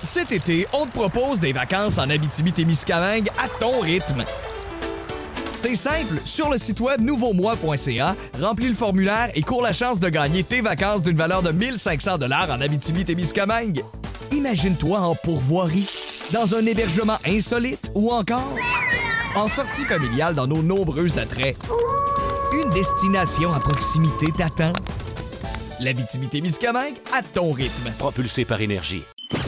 Cet été, on te propose des vacances en Abitibi-Témiscamingue à ton rythme. C'est simple, sur le site web nouveaumois.ca, remplis le formulaire et cours la chance de gagner tes vacances d'une valeur de 1 500 $ en Abitibi-Témiscamingue. Imagine-toi en pourvoirie, dans un hébergement insolite ou encore en sortie familiale dans nos nombreux attraits. Une destination à proximité t'attend. L'Abitibi-Témiscamingue à ton rythme. Propulsé par Énergie.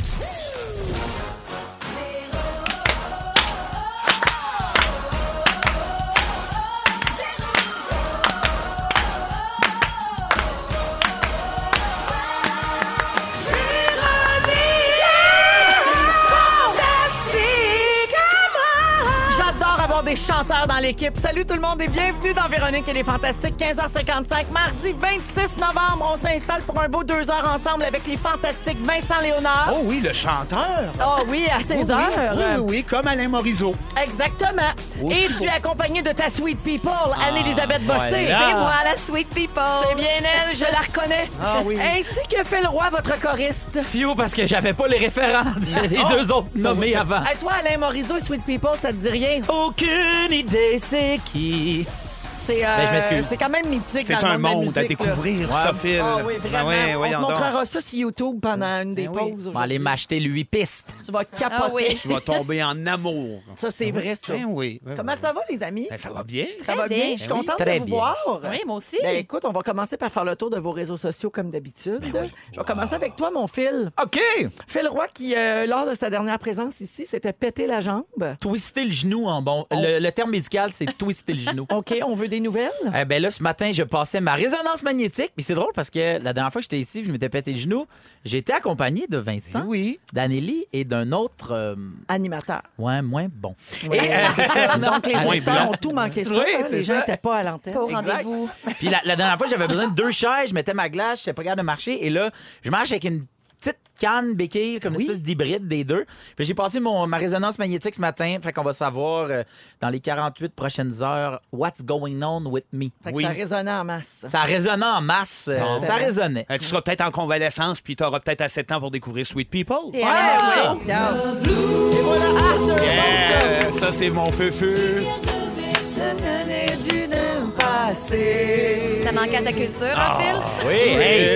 Des chanteurs dans l'équipe. Salut tout le monde et bienvenue dans Véronique et les Fantastiques, 15h55, mardi 26 novembre. On s'installe pour un beau 2 heures ensemble avec les Fantastiques Vincent Léonard. Oh oui, le chanteur. Oh oui, à 16 heures. Oui, comme Alain Morisot. Exactement. Aussi Et tu es accompagné de ta Sweet People, Anne-Élisabeth Bossé. voilà. C'est moi, la Sweet People. C'est bien elle, je la reconnais. Ah oui. Ainsi que Phil Roy, votre choriste. Fio, parce que j'avais pas les référents des deux autres nommés avant. Hey, toi, Alain Morisot et Sweet People, ça te dit rien? Aucune idée c'est qui. C'est je m'excuse. c'est quand même mythique. C'est dans le un de la monde musique, à là. découvrir, Ouais. ça, Phil. Ah oui, vraiment. Ben ouais, On voyons te donc. montrera ça sur YouTube pendant une des Ben oui. pauses. On va aller m'acheter le 8 pistes. Tu vas capoter. Ah oui. Tu vas tomber en amour. Ça, c'est vrai, ça. Ben oui. ben Comment oui. ça va, les amis? Ben, ça va bien. Ça va bien. bien? Je suis Ben oui. contente Très de vous bien. voir. Oui, moi aussi. Ben, écoute, on va commencer par faire le tour de vos réseaux sociaux comme d'habitude. Je vais commencer avec toi, mon Phil. OK. Phil Roy, qui, lors de sa dernière présence ici, s'était pété la jambe. Twister le genou en bon. Le terme médical, c'est twister le genou. OK, on veut des nouvelles? Ben là, ce matin, je passais ma résonance magnétique. Puis c'est drôle parce que la dernière fois que j'étais ici, je m'étais pété le genou. J'ai été accompagné de Vincent, Oui. d'Anneli et d'un autre, Animateur. moins bon. Ouais, c'est ça. non, Donc, les moins auditeurs blanc. ont tout manqué ça. Oui, hein, c'est les gens ça. n'étaient pas à l'antenne. Pas au Exact. rendez-vous. Puis la dernière fois, j'avais besoin de 2 chaises. Je mettais ma glace, je n'étais pas capable de marcher. Et là, je marche avec une petite canne béquille, comme une espèce d'hybride des deux. Puis j'ai passé ma résonance magnétique ce matin. Fait qu'on va savoir dans les 48 prochaines heures what's going on with me. Fait que Oui. ça résonnait en masse. Ça résonnait en masse. Ça résonnait. Tu seras peut-être en convalescence, puis tu auras peut-être assez de temps pour découvrir Sweet People. Et Ah, oui. regarde. Et voilà, ah, ça, Yeah, ça, c'est mon feu-feu. Ça manque à ta culture, hein, Phil? Oui, hey.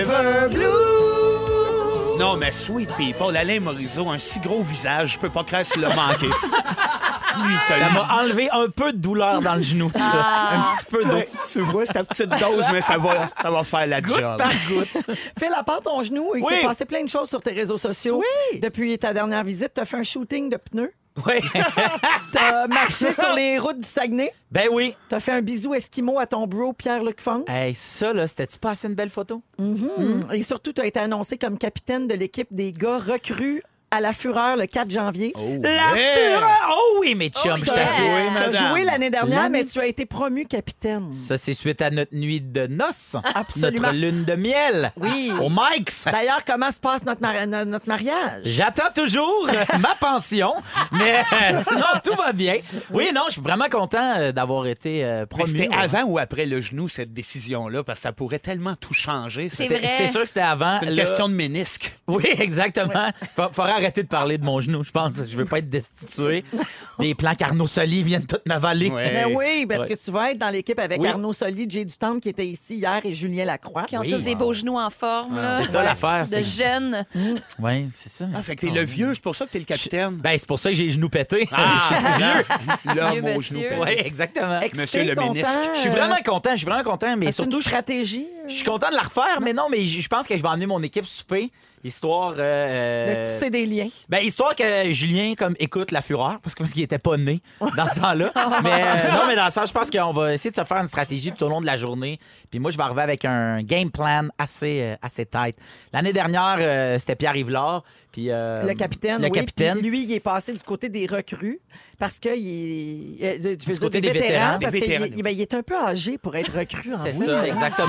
Non, mais Sweet People, Alain Morisot, un si gros visage, je peux pas croire qu'il l'a manqué. Lui, Ça m'a enlevé un peu de douleur dans le genou, tout ça. Un petit peu d'eau. Ben, tu vois, c'est ta petite dose, mais ça va faire la job. Par goutte. Phil, à part ton genou, il Oui. s'est passé plein de choses sur tes réseaux sociaux. Oui. Depuis ta dernière visite, tu as fait un shooting de pneus. Oui. Tu as marché sur les routes du Saguenay. Ben oui. Tu as fait un bisou esquimau à ton bro Pierre-Luc Funk. Hey, ça, là, c'était-tu pas assez une belle photo? Et surtout, tu as été annoncé comme capitaine de l'équipe des gars recrues à la Fureur le 4 janvier. La fureur! Oh oui, mes chums, je Tu t'assure. Oui, as madame. joué l'année dernière, L'année- mais tu as été promu capitaine. Ça, c'est suite à notre nuit de noces. Absolument. Notre lune de miel. Oui. Au Mike's. D'ailleurs, comment se passe notre mariage? J'attends toujours ma pension, mais sinon, tout va bien. Oui, non, je suis vraiment content d'avoir été Mais promu. c'était avant ou après le genou, cette décision-là? Parce que ça pourrait tellement tout changer. C'est C'était- vrai. C'est sûr que c'était avant. C'est une Là- question de ménisque. Oui, exactement. Faudrait arrêter de parler de mon genou, je pense. Je veux pas être destitué. Les plans qu'Arnaud Soli viennent tout m'avaler. Ouais. Ben oui, parce Ouais. que tu vas être dans l'équipe avec Oui. Arnaud Soli, Jay Dutemps qui était ici hier et Julien Lacroix. Qui ont Oui. tous des beaux genoux en forme. là. C'est ça, l'affaire, De c'est- jeunes. Oui, c'est ça. Ah, fait que t'es le vieux, c'est pour ça que t'es le capitaine. Ben, c'est pour ça que j'ai les genoux pétés. L'homme Vieux au monsieur. genou pété. Oui, exactement. Excité, Monsieur le content, ministre. Je suis vraiment content, mais c'est surtout, une stratégie. je suis content de la refaire, mais non, mais je pense que je vais emmener mon équipe souper, histoire... De tisser des liens. Ben, histoire que Julien comme écoute la fureur, parce qu'il était pas né dans ce temps-là. Mais non, mais dans le sens, je pense qu'on va essayer de se faire une stratégie tout au long de la journée. Puis moi, je vais arriver avec un game plan assez tight. L'année dernière, c'était Pierre Yvelard. Puis, Le capitaine, Le oui. capitaine. Puis lui, il est passé du côté des recrues parce que il est, je veux dire, côté des des vétérans. parce Des qu'il vétérans. il est un peu âgé pour être recrue en C'est vous. ça, exactement. Il était temps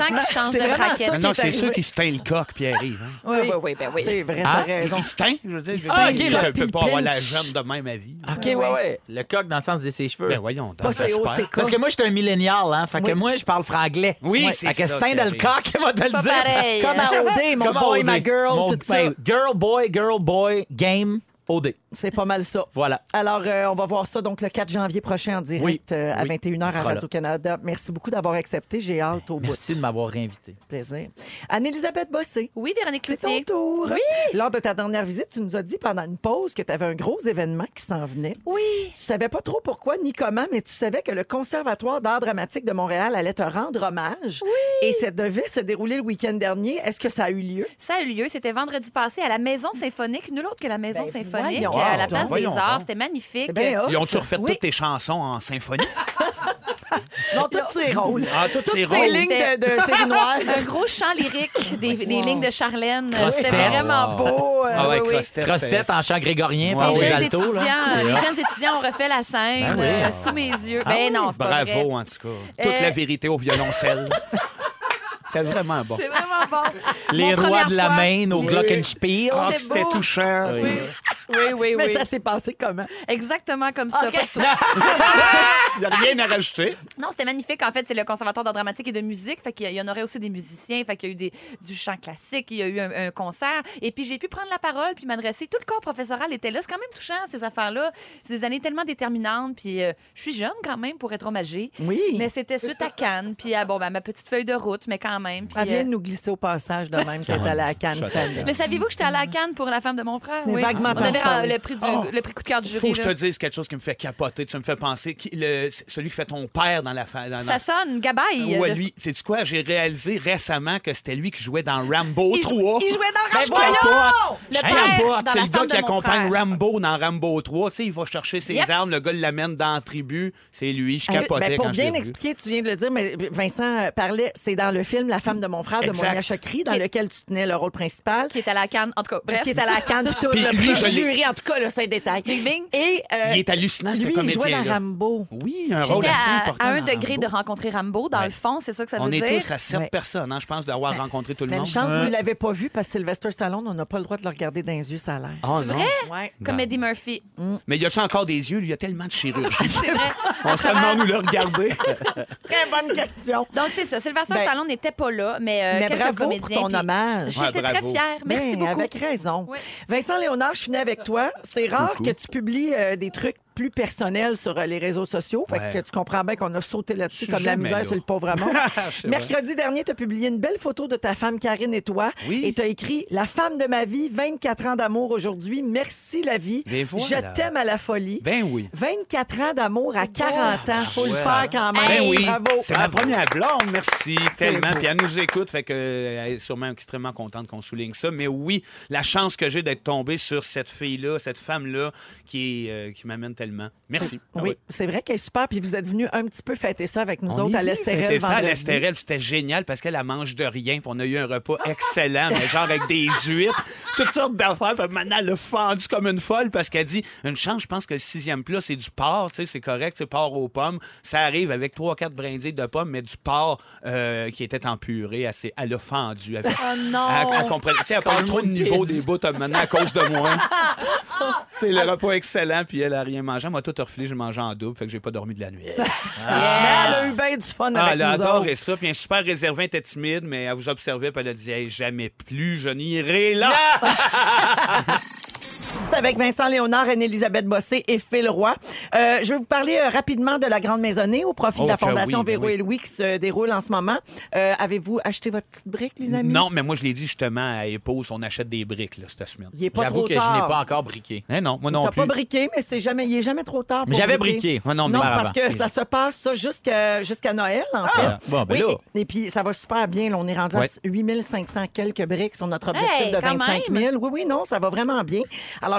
qui changent C'est de vraiment braquette. ça. Non, qui est c'est arrivé. sûr qu'il se teint le coq puis il arrive. Hein. Oui, c'est vrai, t'as raison. Il se teint, je veux dire. se teint, il là, ne puis peut il pas avoir la pinch. jeune de même à vie. OK, ouais. Le coq dans le sens de ses cheveux. Ben voyons. Pas c'est haut, c'est Parce que moi, je suis un millénial, hein. Fait que Oui. moi, je parle franglais. Oui, Ouais. c'est Fait que ça se teindre qui le coq, va te le Pas dire. pareil. Comme à OD, mon Comme à boy, OD. my girl, Mon- tout ça. ben, girl, boy, game, OD. C'est pas mal ça. Voilà. Alors, on va voir ça donc le 4 janvier prochain en direct Oui. à Oui. 21h On à sera là. Radio-Canada. Merci beaucoup d'avoir accepté. J'ai hâte au bout. Merci de m'avoir réinvité. Plaisir. Anne-Élisabeth Bossé. Oui, Véronique C'est ton Cloutier. tour. Oui. Lors de ta dernière visite, tu nous as dit pendant une pause que tu avais un gros événement qui s'en venait. Oui. Tu savais pas trop pourquoi ni comment, mais tu savais que le Conservatoire d'art dramatique de Montréal allait te rendre hommage. Oui. Et ça devait se dérouler le week-end dernier. Est-ce que ça a eu lieu? Ça a eu lieu. C'était vendredi passé à la Maison Symphonique. Nul autre que la Maison Ben, Symphonique, voyons à la donc. Place des Voyons Arts. donc. C'était magnifique. C'est bien hot. Ils ont-tu refait Oui. toutes tes chansons en symphonie? Non, tous ces rôles. Ah, toutes ces Ces rôles. lignes de série noire. Un gros chant lyrique, des lignes de Charlène. Crosse-tête. C'était vraiment beau. Ah ouais, oui, oui. Crosse-tête, Cross-tête en chant grégorien, Ouais, par Les aux jeunes, altos. les jeunes étudiants ont refait la scène Ben oui. sous mes yeux. Ah Ben oui? non, c'est pas vrai. Bravo, en tout cas. Toute la vérité au violoncelle. C'était vraiment bon. C'est vraiment bon. Les Mon rois première de la fois- main au Glockenspiel. Ah, C'était que c'était beau. touchant. Oui, oui, oui. Mais oui. ça s'est passé comment? Exactement comme ça. Ok. Pas tout- Il n'y a rien à rajouter. Non, c'était magnifique. En fait, c'est le Conservatoire d'art dramatique et de musique. Fait qu'il y en aurait aussi des musiciens. Fait qu'il y a eu du chant classique. Il y a eu un concert. Et puis, j'ai pu prendre la parole puis m'adresser. Tout le corps professoral était là. C'est quand même touchant, ces affaires-là. C'est des années tellement déterminantes. Puis, je suis jeune quand même pour être hommagée. Oui. Mais c'était suite à Cannes. Puis, ma petite feuille de route, mais quand même. Puis, Elle vient de nous glisser au passage de même qu'elle est allée à Cannes cette année. mais saviez-vous que j'étais allée à Cannes pour la femme de mon frère? Mais vaguement On avait entendu parler. le prix coup de cœur du jury. Faut que je te là. dise quelque chose qui me fait capoter. Tu me fais penser. Celui qui fait ton père dans la famille. Ça sonne, Gabaye. Ouais, lui, sais-tu quoi? J'ai réalisé récemment que c'était lui qui jouait dans Rambo 3. Il jouait dans Ben Rambo. voyons! Le Je père capote. dans C'est la le gars femme qui de mon accompagne frère. Rambo dans Rambo 3. Tu sais, il va chercher ses Yep. armes. Le gars l'amène dans la tribu. C'est lui. Je capotais Ben, pour quand je l'ai bien vu. expliquer, tu viens de le dire, mais Vincent parlait, c'est dans le film La femme de mon frère de Exact. Monia Chokri, dans lequel tu tenais le rôle principal. Qui est allé à Cannes. En tout cas, bref. Qui est à la canne, puis tout, Puis le lui, prix je l'ai- jury, en tout cas, là, c'est un détail. Bing, bing. Et Il est hallucinant, ce lui, il jouait dans comédien-là. Rambo. Oui, un rôle J'étais assez important. à un dans degré Rambo. de rencontrer Rambo, dans Ouais. le fond, c'est ça que ça veut On est dire. tous à 7 Ouais. personnes, hein, je pense, d'avoir rencontré tout le Mais une monde. chance, vous ne l'avez pas vu parce que Sylvester Stallone, on n'a pas le droit de le regarder dans les yeux, ça a l'air. Oh, C'est non. vrai? Ouais. Comme Eddie Murphy. Mais y a-tu encore des yeux? Il y a tellement de chirurgie. C'est vrai. On se demande où le regarder. Très bonne question. Donc, c'est ça. Sylvester Ben, Stallone n'était pas là, mais, Mais quelques bravo comédiens. pour ton puis hommage. J'étais Ouais, très bravo. fière. Merci Ben, beaucoup. avec raison. Oui. Vincent Léonard, je finis avec toi. C'est rare Coucou. que tu publies des trucs plus personnels sur les réseaux sociaux. Fait Ouais. que tu comprends bien qu'on a sauté Je là-dessus suis comme la jamais misère là. sur le pauvre monde. C'est vrai. Mercredi dernier, tu as publié une belle photo de ta femme Karine et toi. Oui. Et tu as écrit « La femme de ma vie, 24 ans d'amour aujourd'hui. Merci la vie. Ben voilà. Je t'aime à la folie. Ben oui. 24 ans d'amour à 40 ans. Faut le Ouais. faire quand même. Ben oui, Bravo. c'est ma première blonde, merci tellement. beau. Puis elle nous écoute, fait que elle est sûrement extrêmement contente qu'on souligne ça. Mais oui, la chance que j'ai d'être tombé sur cette fille-là, cette femme-là, qui m'amène tellement. Merci. Ah Oui, ouais. c'est vrai qu'elle est super. Puis vous êtes venus un petit peu fêter ça avec nous On autres est à venu l'Estérel fêter ça à vendredi. l'Estérel, puis c'était génial parce qu'elle mange de rien. Puis on a eu un repas excellent, mais genre avec des huîtres, toutes sortes d'affaires. Puis maintenant, elle a fendu comme une folle parce qu'elle dit une chance, je pense que le 6e plat, c'est du porc, tu sais, c'est correct, c'est porc aux pommes. Ça arrive avec 3-4 brindilles de pommes, mais du porc qui était en purée. Elle a fendu. Elle, Oh non! elle comprenait. Tu sais, elle parle trop de niveau des bouts maintenant à cause de moi. Tu sais, le repas excellent, puis elle a rien mangé. Moi, tout a refilé, j'ai mangé en double, fait que j'ai pas dormi de la nuit. Mais elle a eu bien du fun Ah, avec elle a nous adoré autres. ça. Puis un super réservé, elle était timide, mais elle vous observait, puis elle a dit hey, jamais plus, je n'irai là. Avec Vincent Léonard, Anne-Élisabeth Bossé et Phil Roy. Je vais vous parler rapidement de la Grande Maisonnée au profit de la Oh, que Fondation oui, Véro oui. et Louis qui se déroule en ce moment. Avez-vous acheté votre petite brique, les amis? Non, mais moi, je l'ai dit justement à Épouse, on achète des briques là, cette semaine. Il est pas J'avoue trop que tard. je n'ai pas encore briqué. Eh non, moi non T'as plus. pas briqué, mais il est jamais trop tard pour Mais j'avais briqué. Moi non, mais Non, avant. parce que ça se passe ça jusqu'à Noël, en fait. Bon, ben Oui, là. et puis ça va super bien. Là, on est rendu Ouais. à 8500 quelques briques sur notre objectif Hey, de quand 25 000. Oui, non, ça va vraiment bien. Alors, je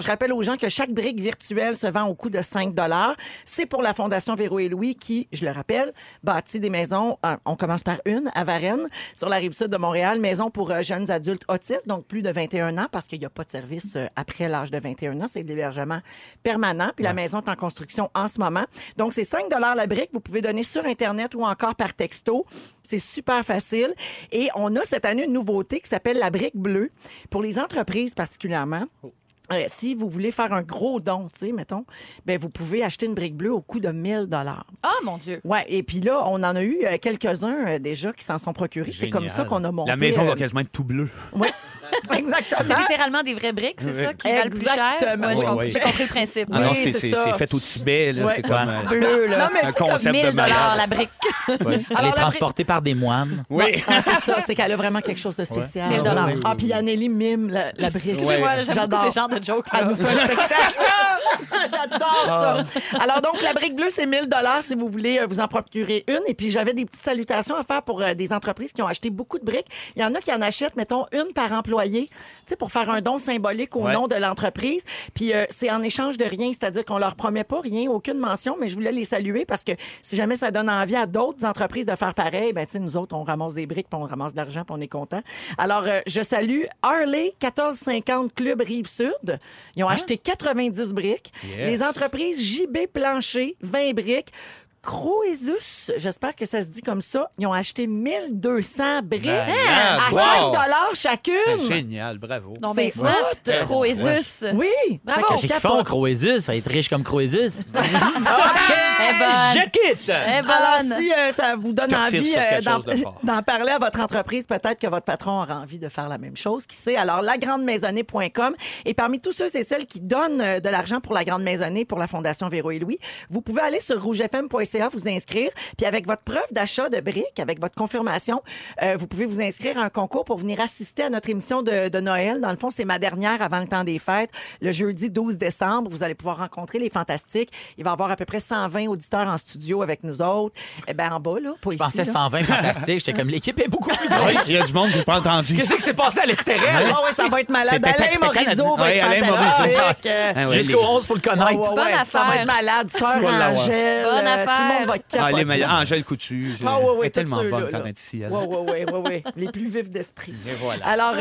rappelle aux gens que chaque brique virtuelle se vend au coût de 5 $. C'est pour la Fondation Véro et Louis qui, je le rappelle, bâtit des maisons. On commence par une à Varennes, sur la rive sud de Montréal. Maison pour jeunes adultes autistes, donc plus de 21 ans, parce qu'il n'y a pas de service après l'âge de 21 ans. C'est de l'hébergement permanent. Puis la maison est en construction en ce moment. Donc, c'est 5 $ la brique. Vous pouvez donner sur Internet ou encore par texto. C'est super facile. Et on a cette année une nouveauté qui s'appelle la brique bleue. Pour les entreprises particulièrement, si vous voulez faire un gros don, tu sais, mettons, ben vous pouvez acheter une brique bleue au coût de 1 000 $. Ah, mon Dieu! Ouais, et puis là, on en a eu quelques-uns déjà qui s'en sont procurés. C'est comme ça qu'on a monté. La maison va quasiment être tout bleue. Oui, exactement. C'est littéralement des vraies briques, c'est ça, qui valent plus cher? Exactement. Ouais, Ouais. j'ai compris le principe. Ah non, Oui, c'est ça. fait au Tibet, là. Ouais. C'est comme Bleu, là. Non, mais un tu sais, comme concept 1000 de $ malade. la brique. Elle Alors, est la transportée par des moines. Oui. c'est ça, c'est qu'elle a vraiment quelque chose de spécial. 1000 $. Oui, oui, Ah, puis Anneli mime la brique. Excusez-moi, j'aime beaucoup ces genres de jokes. Elle nous fait un spectacle. J'adore ça. Alors donc, la brique bleue, c'est 1 000 $ si vous voulez vous en procurer une. Et puis, j'avais des petites salutations à faire pour des entreprises qui ont acheté beaucoup de briques. Il y en a qui en achètent, mettons, une par employé, tu sais, pour faire un don symbolique au nom de l'entreprise. Puis, c'est en échange de rien, c'est-à-dire qu'on leur promet pas rien, aucune mention, mais je voulais les saluer parce que si jamais ça donne envie à d'autres entreprises de faire pareil, ben tu sais, nous autres, on ramasse des briques, puis on ramasse de l'argent, puis on est content. Alors, je salue Harley 1450 Club Rive-Sud. Ils ont acheté 90 briques. Yes. Les entreprises JB Plancher, 20 briques. Croesus, j'espère que ça se dit comme ça, ils ont acheté 1200 briques Malade. à 5 Wow. $ chacune. Génial, bravo. Non, ben, C'est smart. hot. Croesus. Oui. Bravo. Fait que Qu'est-ce qu'ils font, Croesus? Ça va être riche comme Croesus. Eh bonne. Je quitte! Eh Alors, bonne. si ça vous donne Tu te retires envie sur quelque chose de fort. d'en parler à votre entreprise, peut-être que votre patron aura envie de faire la même chose. Qui sait? Alors, lagrandemaisonnée.com. Et parmi tous ceux et celles qui donnent de l'argent pour la Grande Maisonnée, pour la Fondation Véro et Louis, vous pouvez aller sur rougefm.ca, vous inscrire. Puis avec votre preuve d'achat de briques, avec votre confirmation, vous pouvez vous inscrire à un concours pour venir assister à notre émission de Noël. Dans le fond, c'est ma dernière avant le temps des fêtes. Le jeudi 12 décembre, vous allez pouvoir rencontrer les Fantastiques. Il va y avoir à peu près 120 auditeurs en studio avec nous autres. Eh bien, en bas, là, pas Je ici. pensais là. 120 fantastiques. J'étais comme l'équipe est beaucoup plus grande. Oui, il y a du monde, j'ai pas entendu. Qu'est-ce qui s'est passé à l'Estérel? Ah oui, ça va être malade. C'était Alain Morisot va Oui, être Alain fantastique. Ah ouais, Jusqu'au 11 pour le connaître. Ouais, Bonne ça va affaire. être malade. Sœur vas l'avoir. Angèle. Bonne affaire. Tout le monde va Ah, capoter. les meilleurs. Angèle Coutu. Ah, ouais, ouais, elle est tellement tous ceux-là, bonne là. quand elle est ici. elle. Oui. Les plus vifs d'esprit. Et voilà. Alors,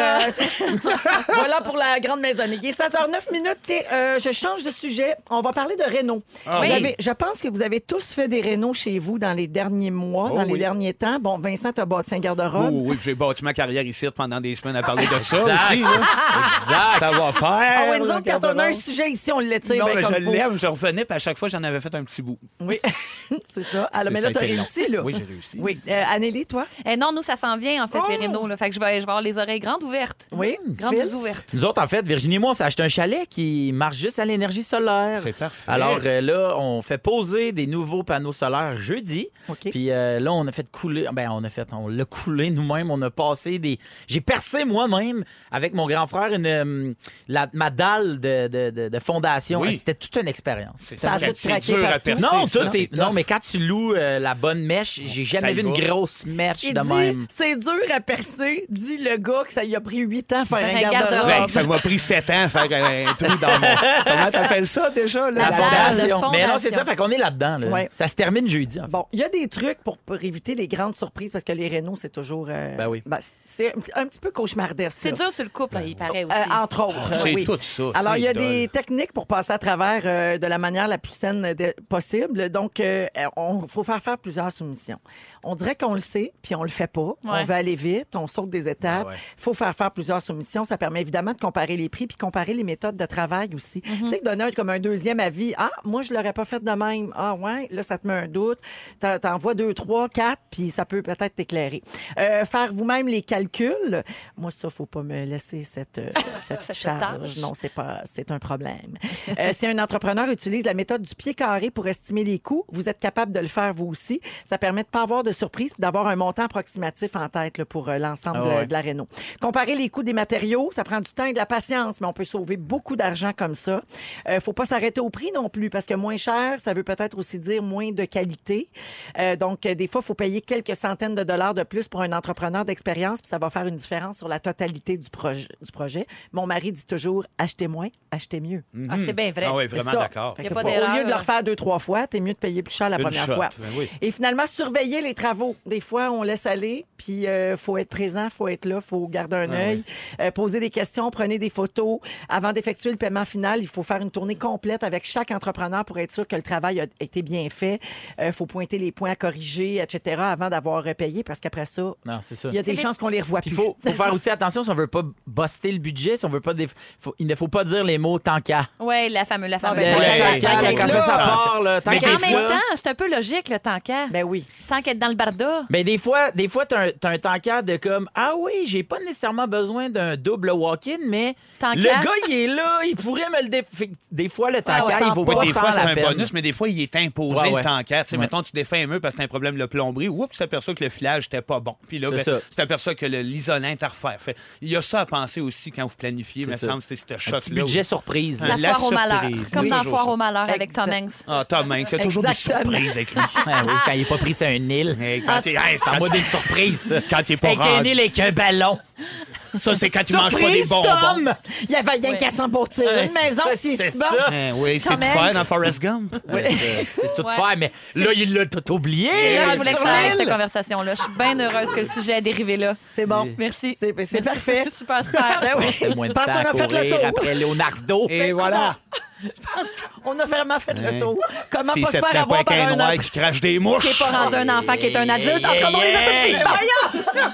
voilà pour la Grande Maisonnée. Il est 16h09 minutes. Tiens, je change de sujet. On va parler de réno. Ah Vous oui. avez- je pense que vous avez tous fait des rénos chez vous dans les derniers mois, Oh dans les oui. derniers temps. Bon, Vincent, t'as bâti un Oui, garde-robe. oui, j'ai bâti ma carrière ici pendant des semaines à parler de ça Exact. aussi. là. Exact. Ça va faire. Ah ouais, nous le autres, quand on a un garde-robe. sujet ici, on l'étire. Non, bien mais comme je faut. l'aime, je revenais, puis à chaque fois, j'en avais fait un petit bout. Oui, c'est ça. Alors, C'est- mais ça là, a t'as été long. réussi, là. Oui, j'ai réussi. Oui. Anélie, toi? Non, nous, ça s'en vient, en fait, les rénaux. Là. Fait que je vais avoir les oreilles grandes ouvertes. Oui. Grandes Phil? ouvertes. Nous autres, en fait, Virginie et moi, on s'est acheté un chalet qui marche juste à l'énergie solaire. C'est parfait. Alors là, on fait poser des nouveaux panneaux solaires jeudi. OK. Puis là, on a fait couler. On l'a coulé nous-mêmes. On a passé des. J'ai percé moi-même avec mon grand frère ma dalle de fondation. Oui. C'était toute une expérience. Ça a tout c'est craqué dur à partout. percer. Non, ça, tout c'est est- non, tough. mais quand tu loues la bonne mèche, j'ai Ça jamais y vu une va. grosse mèche Il de dit, même. c'est dur à percer, dit le gars que ça lui a pris 8 ans faire Faire un un garde-robe. garde-robe. Ben, ça m'a pris 7 ans à faire un trou dans mon... Comment t'appelles ça, déjà? Là? La fondation. fondation. Mais non, c'est ça, fait qu'on est là-dedans. Là. Ouais. Ça se termine jeudi. En fait. Bon, il y a des trucs pour éviter les grandes surprises parce que les rénaux, c'est toujours. Ben oui. C'est un petit peu cauchemardesque. C'est là. dur sur le couple, là, il paraît aussi. Entre autres. C'est oui. tout ça. Alors, c'est il y a dole. des techniques pour passer à travers de la manière la plus saine possible. Donc, il faut faire plusieurs soumissions. On dirait qu'on le sait, puis on le fait pas. On veut aller vite, on saute des étapes. Ah ouais. Il faut faire plusieurs soumissions. Ça permet évidemment de comparer les prix puis comparer les méthodes de travail aussi. Tu sais, donner comme un deuxième avis. Ah, moi, je l'aurais pas fait de même. Ah, ouais, là, ça te met un doute. T'en vois 2, 3, 4, puis ça peut peut-être t'éclairer. Faire vous-même les calculs. Moi, ça, faut pas me laisser cette charge. tâche. Non, c'est un problème. Si un entrepreneur utilise la méthode du pied carré pour estimer les coûts, vous êtes être capable de le faire vous aussi. Ça permet de ne pas avoir de surprise et d'avoir un montant approximatif en tête là, pour l'ensemble de la réno. Comparer les coûts des matériaux, ça prend du temps et de la patience, mais on peut sauver beaucoup d'argent comme ça. Faut pas s'arrêter au prix non plus parce que moins cher, ça veut peut-être aussi dire moins de qualité. Donc, des fois, il faut payer quelques centaines de dollars de plus pour un entrepreneur d'expérience puis ça va faire une différence sur la totalité du projet. Mon mari dit toujours « achetez moins, achetez mieux ». Ah, c'est bien vrai. Ah oui, C'est vraiment ça. d'accord. Il y a Fait pas que d'erreur, au lieu de là. le refaire 2-3 fois, t'es mieux de payer plus cher la Une première shot, fois. ben oui. Et finalement, surveiller les travaux. Des fois, on laisse aller, puis faut être présent, faut être là, faut garder un œil, poser des questions, prenez des photos. Avant d'effectuer le paiement final, il faut faire une tournée complète avec chaque entrepreneur pour être sûr que le travail a été bien fait. Faut pointer les points à corriger, etc. avant d'avoir payé, parce qu'après ça, Non, c'est ça. il y a des chances qu'on les revoit Puis plus. il faut faire aussi attention si on veut pas buster le budget, si on veut pas il ne faut pas dire les mots tant qu'à. Oui, la fameuse. ben, Tant Ouais, qu'à, ouais, quand là. ça part, là, tant Mais qu'à En être même là. temps, c'est un peu logique, le tant qu'à. Ben oui. Tant qu'être dans le barda. Ben des fois t'as un tankard de comme ah oui, j'ai pas nécessairement besoin d'un double walk-in, mais Tankard. le gars il est là, il pourrait me le des fois le tankard, ouais, il faut Oui, pas des faire fois, c'est la un peine. bonus, mais des fois, il est imposé Ouais, ouais. le temps 4. Ouais. Mettons, tu défais un mur parce que t'as un problème de plomberie. Oups, tu t'aperçois que le filage n'était pas bon. Puis là, C'est ben, ça. tu t'aperçois que l'isolant est à refaire. Fait, il y a ça à penser aussi quand vous planifiez. C'est Mais ça. semble que c'est ce Un shot-là. petit budget surprise. La La foire au malheur. surprise. Comme Oui, dans toujours Foire ça. au malheur avec Tom Exact. Hanks. Ah, Tom Hanks, il y a toujours Exactement. des surprises avec lui. Ah oui, quand il est pas pris, c'est un île. Hey, quand il C'est en mode une surprise. ça. Quand il est pas Avec un rendu. île avec un ballon. Ça, c'est quand il mange pas des Surprise, bonbons. Tom! Il y avait rien qu'à s'emboutir une maison, c'est c'est si bon. ça. Oui, c'est Tom tout faire Hanks. dans Forrest Gump. C'est tout Ouais. faire, mais là, il l'a tout oublié. Et là, rendu je voulais que sur ça arrête l'île. cette conversation-là. Je suis bien heureuse que le sujet ait dérivé là. C'est bon. Merci. C'est parfait. Super, super. Ben oui. C'est moins de Parce temps qu'on à a fait le courir tour. après Leonardo. Et voilà. On a vraiment fait le tour. Comment Si pas se ça te faire plaît pas avoir avec par un un noir autre? qui crache des mouches. C'est pas rendu un enfant qui est un adulte. En tout cas, on les a tous Hey, dit. Voyons!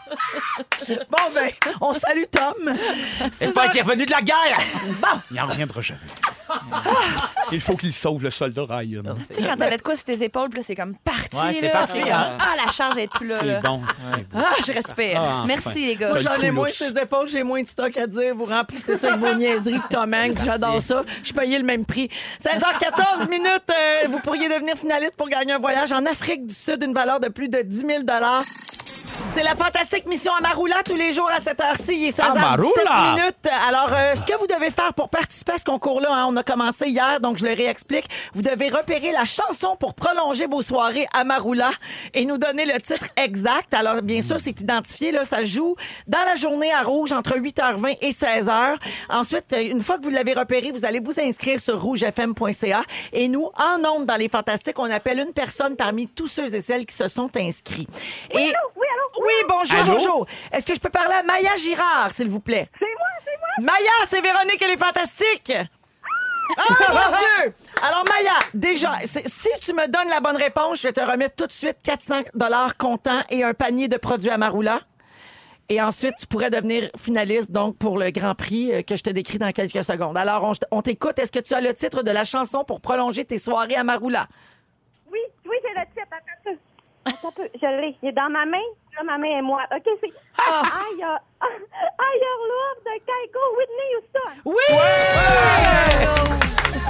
Bon, ben, on salue Tom. J'espère qu'il est revenu de la guerre. Il n'en reviendra jamais. Il faut qu'il sauve le soldat Ryan. Tu sais, quand t'avais de quoi sur tes épaules, puis là, c'est comme parti. Ouais, c'est là. parti, comme, hein. Ah, la charge est plus là. là. C'est bon. Ah, je respire. Ah, enfin. Merci, les gars. Moi, T'as j'en le ai moins poulos. sur ses épaules, j'ai moins de stock à dire. Vous remplissez ça avec vos niaiseries de Tom Hanks. J'adore ça. Je payais le même prix. 16h14 minutes. Vous pourriez devenir finaliste pour gagner un voyage en Afrique du Sud d'une valeur de plus de 10 000 $. C'est la fantastique mission Amarula tous les jours à cette heure-ci. Il est 16h17 Amarula! minutes. Alors, ce que vous devez faire pour participer à ce concours-là, hein, on a commencé hier, donc je le réexplique. Vous devez repérer la chanson pour prolonger vos soirées Amarula et nous donner le titre exact. Alors, bien sûr, c'est identifié. Là, ça joue dans la journée à Rouge entre 8h20 et 16h. Ensuite, une fois que vous l'avez repéré, vous allez vous inscrire sur rougefm.ca. Et nous, en ondes dans les Fantastiques, on appelle une personne parmi tous ceux et celles qui se sont inscrits. Et... Oui, bonjour, Allô? bonjour. Est-ce que je peux parler à Maya Girard, s'il vous plaît? C'est moi. Maya, c'est Véronique, elle est fantastique. Ah, mon Dieu! Alors, Maya, déjà, si tu me donnes la bonne réponse, je vais te remettre tout de suite 400 $ comptant et un panier de produits Amarula. Et ensuite, tu pourrais devenir finaliste donc pour le Grand Prix que je te décris dans quelques secondes. Alors, on t'écoute. Est-ce que tu as le titre de la chanson pour prolonger tes soirées Amarula? Oui, j'ai le titre. Attends un peu. Je l'ai. Il est dans ma main. Là, ma main est moi. OK, c'est I Your Love de Keiko Whitney Houston. Oui!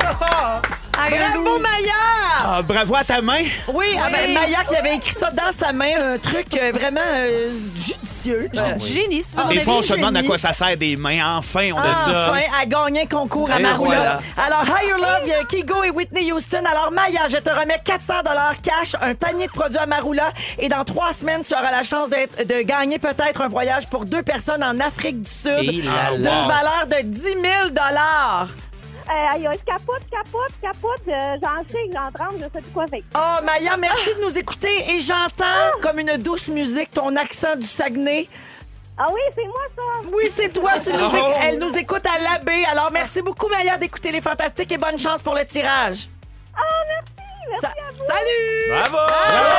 Bravo, Bravo, Maya! Ah, bravo à ta main. Oui, ah ben, Maya qui avait écrit ça dans sa main, un truc vraiment judicieux. Génie, c'est mon Des fois, on avis. se demande à génie. quoi ça sert des mains. Enfin, on a ça. Enfin, à gagner un concours à Et Maroula. voilà. Alors, Higher Love, Kigo et Whitney Houston. Alors, Maya, je te remets 400 $ cash, un panier de produits à Maroula. Et dans 3 semaines, tu auras la chance de gagner peut-être un voyage pour 2 personnes en Afrique du Sud Et là, d'une wow. valeur de 10 000 $. Aïe, capote. J'en sais, j'en tremble, je sais plus quoi faire. Oh, Maya, merci de nous écouter. Et j'entends, comme une douce musique, ton accent du Saguenay. Ah oui, c'est moi, ça. Oui, c'est toi. Elle nous écoute à l'abbé. Alors, merci beaucoup, Maya, d'écouter Les Fantastiques et bonne chance pour le tirage. Ah, merci à vous. Salut! Bravo!